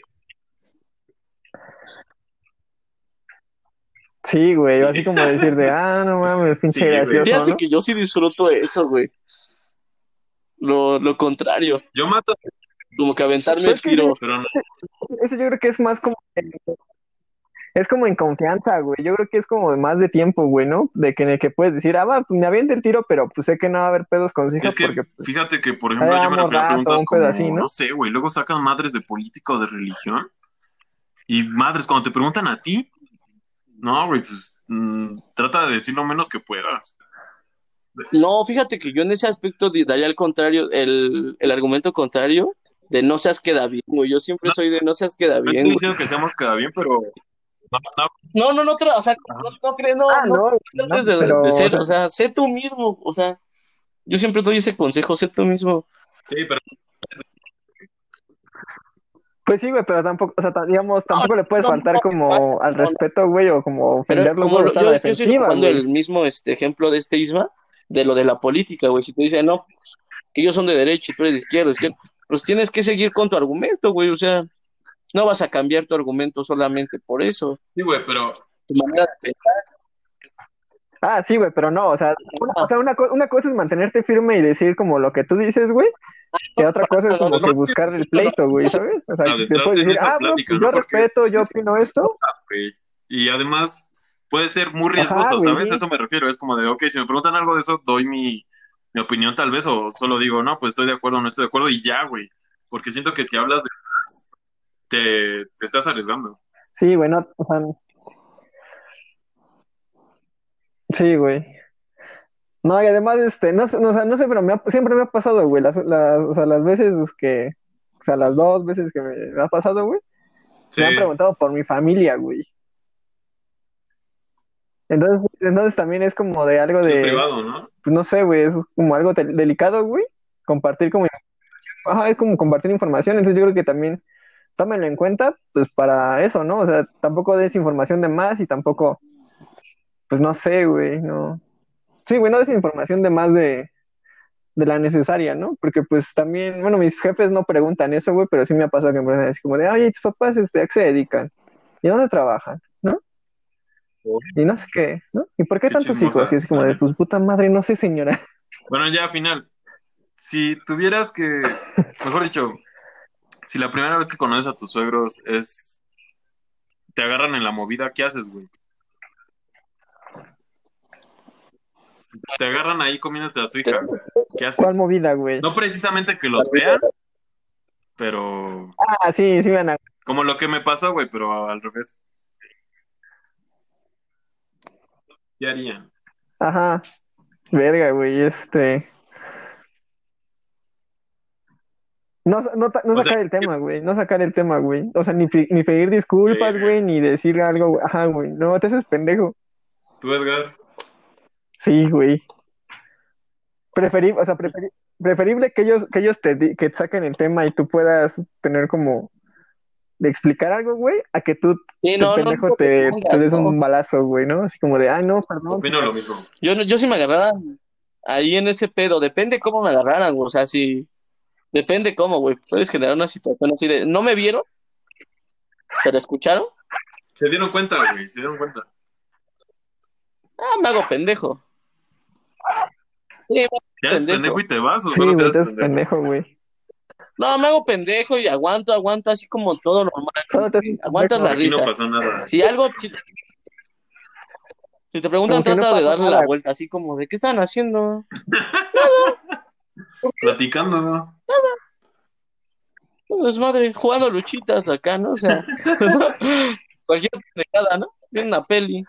sí, güey, Sí, así como decir de, no mames, pinche sí, güey. gracioso, Fíjate ¿no? que yo sí disfruto eso, güey. Lo contrario. Yo mato, Como que aventarme Pero el es que ese, tiro. pero no. ese yo creo que es más como, es como en confianza, güey, yo creo que es como más de tiempo, güey, ¿no? De que en el que puedes decir, va, pues me avienta el tiro, pero pues sé que no va a haber pedos con su hija Es que porque pues fíjate que, por ejemplo, yo me hayamos refiero a rato, preguntas un pedo así, como, no ¿no? sé, güey, luego sacan madres de política o de religión. Y madres, cuando te preguntan a ti, no, güey, pues trata de decir lo menos que puedas. No, fíjate que yo en ese aspecto daría al contrario, el argumento contrario de no seas queda bien, güey. Yo siempre No, soy de no seas queda no bien, estoy güey. diciendo que seamos cada bien, pero no, no, No, o sea, ajá. no No, no, trates de pero, o ser, sea, o sea, sé tú mismo, o sea, yo siempre doy ese consejo, sé tú mismo. Sí, pero pues sí, güey, pero tampoco, o sea, digamos, No, tampoco le puedes faltar como al no, no. respeto, güey, o como Pero ofenderlo, güey, o estar a la yo estoy defensiva, ocupando güey. el mismo ejemplo de este Isma, de lo de la política, güey. Si te dicen, no, pues, que ellos son de derecha y tú eres de izquierda, pues tienes que seguir con tu argumento, güey. O sea, no vas a cambiar tu argumento solamente por eso. sí, güey, pero Tu manera de Ah, sí, güey, pero no, o sea, pensar. una cosa es mantenerte firme y decir como lo que tú dices, güey, que otra cosa es No, como no, que buscar el pleito, güey, ¿sabes? O sea, te puedes adentrarte en decir, esa no, plática, pues ¿no? yo Porque respeto, pues yo es opino esto. güey. Y además puede ser muy Ajá, riesgoso, güey, ¿sabes? A sí. eso me refiero. Es como de, ok, si me preguntan algo de eso, doy mi opinión tal vez, o solo digo, no, pues estoy de acuerdo o no estoy de acuerdo y ya, güey. Porque siento que si hablas te estás arriesgando. Sí, güey, no, o sea, sí, güey. No, y además, o sea, no sé, pero siempre me ha pasado, güey, o sea, las veces o sea, las dos veces que me ha pasado, güey, Sí, me han preguntado por mi familia, güey. Entonces también es como de algo pues es de, privado, ¿no? pues no sé, güey, es como algo delicado, güey, compartir como, ajá, es como compartir información, entonces yo creo que también tómenlo en cuenta, pues para eso, ¿no? O sea, tampoco des información de más y tampoco, pues no sé, güey, no. Sí, güey, no des información de más de la necesaria, ¿no? Porque pues también, bueno, mis jefes no preguntan eso, güey, pero sí me ha pasado que me preguntan así como de, oye, ¿tus papás, a qué se dedican? ¿Y dónde trabajan? ¿No? Y no sé qué, ¿no? ¿Y por qué Qué tantos hijos? Y chismosa, así como la de, neta. pues puta madre, no sé, señora. Bueno, ya al final, si tuvieras que, mejor dicho, si la primera vez que conoces a tus suegros te agarran en la movida, ¿qué haces, güey? Te agarran ahí comiéndote a su hija, ¿qué ¿Cuál haces? movida, güey? No precisamente que los vean, pero Ah, sí, sí, van a... como lo que me pasó, güey, pero al revés. ¿Qué harían? Ajá, verga, güey, no O sea, sacar el tema, güey, no sacar el tema, güey. O sea, ni pedir disculpas, verga. güey, ni decir algo, güey. Ajá, güey, no, te haces pendejo. Tú, Edgar, Sí, güey. O sea, preferible que ellos que te saquen el tema y tú puedas tener como de explicar algo, güey, a que tú, Sí, te no pendejo, digo que te pongas, des no. un balazo, güey, ¿no? Así como de, ay, no, perdón. opino lo mismo. Yo sí me agarrara ahí en ese pedo, depende cómo me agarraran, güey. O sea, si depende cómo, güey. Puedes generar una situación así de, no me vieron, pero escucharon. Se dieron cuenta, güey, se dieron cuenta. Me hago pendejo. Sí, me hago ¿Te haces pendejo pendejo. y te vas o Sí, solo te güey, haces te haces pendejo? pendejo, güey. No, me hago pendejo y aguanto así como todo normal. Solo te- Aguantas la Aquí no risa. pasó nada. Si algo, si te preguntan, Como que no trata de pasó darle nada. la vuelta, así como, ¿de qué están haciendo? Platicando, ¿no? Pues madre, jugando luchitas acá, ¿no? O sea, cualquier pendejada, ¿no? Viene una peli.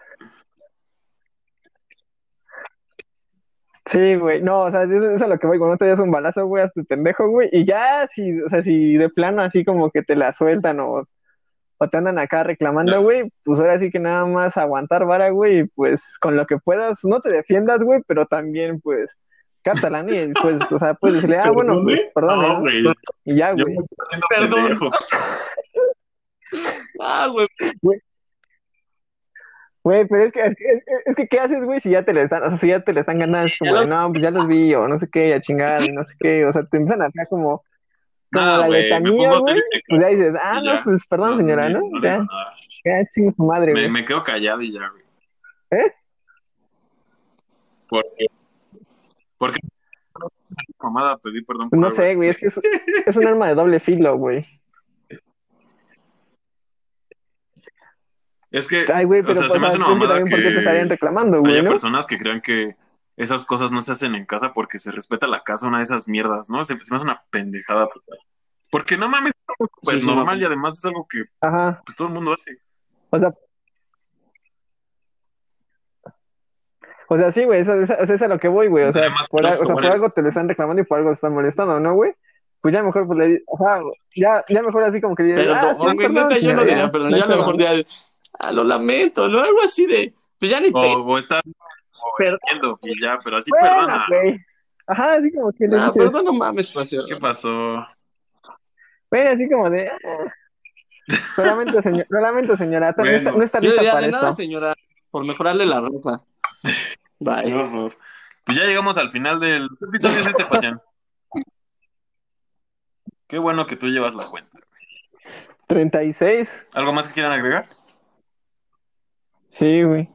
Sí, güey, no, o sea, eso es a lo que voy, cuando te das un balazo, güey, a tu pendejo, güey, y ya, si, o sea, si de plano así como que te la sueltan o te andan acá reclamando, güey, pues ahora sí que nada más aguantar vara, güey, y pues con lo que puedas, no te defiendas, güey, pero también, pues, cártala, ¿no? Y pues, o sea, puedes decirle, bueno, pues, perdone, No, ¿no? güey. Y ya, Yo güey. me estoy haciendo Perdón. pendejo. Güey. Güey, pero es que, ¿qué haces, güey, si ya te le están, o sea, si ya te le están ganando, es como de, no, pues ya los vi, o no sé qué, a chingar, y no sé qué, o sea, te empiezan a hacer como Nah, la güey, me letanía, pongo güey, serio y pues ya dices, y no, ya. pues perdón, señora, ¿no? No le Ya, digo nada. ya, chingue su madre, güey. Me quedo callado y ya, güey. ¿Eh? Porque mamada pedí perdón Pues por no algo sé, así. güey, es que es un arma de doble filo, güey. Es que, Ay, güey, o pero sea, pues, se me hace una es que mamada también, ¿por qué te estarían que reclamando, güey, haya no? personas que crean que esas cosas no se hacen en casa porque se respeta la casa, una de esas mierdas, ¿no? Se me hace una pendejada total. Porque no mames, pues Sí, no, normal y además es algo que Ajá, pues, todo el mundo hace. o sea, sí, güey, eso es a lo que voy, güey, o sea, Además, por, los o sea, por rumores. algo te lo están reclamando y por algo te están molestando, ¿no, güey? Pues ya mejor, pues ajá, ya mejor así como que dices, Perdón, sí, güey, perdón, neta, yo señora, no diría ya, perdón, no hay ya a lo pedo, mejor ¿no? diría, lo lamento, ¿no? Algo así de, pues ya ni O está Perdón. viendo y ya, pero así Bueno, perdona. güey, ajá, así como que le Nah, dices, perdón, no mames, pasión. ¿Qué pasó? güey, así como de, lo lamento, señora, Bueno, no está Yo lista diría, para de nada, esto. señora, por mejorarle la ropa. qué Bye. horror. Pues ya llegamos al final del episodio de este pasión. Qué bueno que tú llevas la cuenta. 36, ¿Algo más que quieran agregar? sí, güey.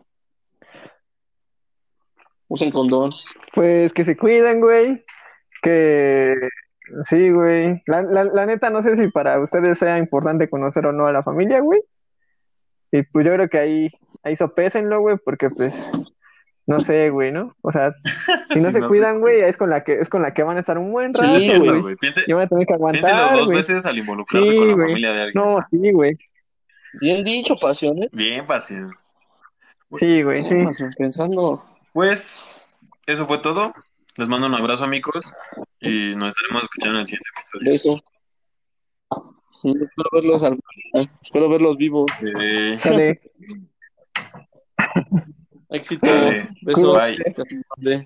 Usen condón. Pues que se cuiden, güey. Que sí, güey. La neta, no sé si para ustedes sea importante conocer o no a la familia, güey. Y pues yo creo que ahí sopésenlo, güey, porque pues, no sé, güey, ¿no? O sea, si no Sí, se no sé. cuidan, güey, es con la que van a estar un buen Sí, rato, Entiendo, güey. güey. Y van a tener que Piénsenlo aguantar, dos güey. veces al involucrarse Sí, con la güey. familia de alguien. No, sí, güey. Bien dicho, pasión, ¿eh? Bien, pasión. Sí, güey, sí. Bien, pasión, pensando. Pues eso fue todo. Les mando un abrazo, amigos, y nos estaremos escuchando en el siguiente episodio. Beso. Sí, espero verlos vivos. Sale. Éxito. Dale. Besos. Bye.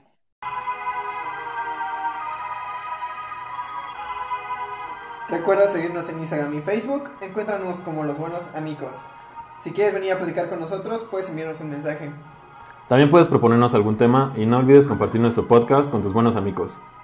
Recuerda seguirnos en Instagram y Facebook. Encuéntranos como Los Buenos Amigos. Si quieres venir a platicar con nosotros, puedes enviarnos un mensaje. También puedes proponernos algún tema y no olvides compartir nuestro podcast con tus buenos amigos.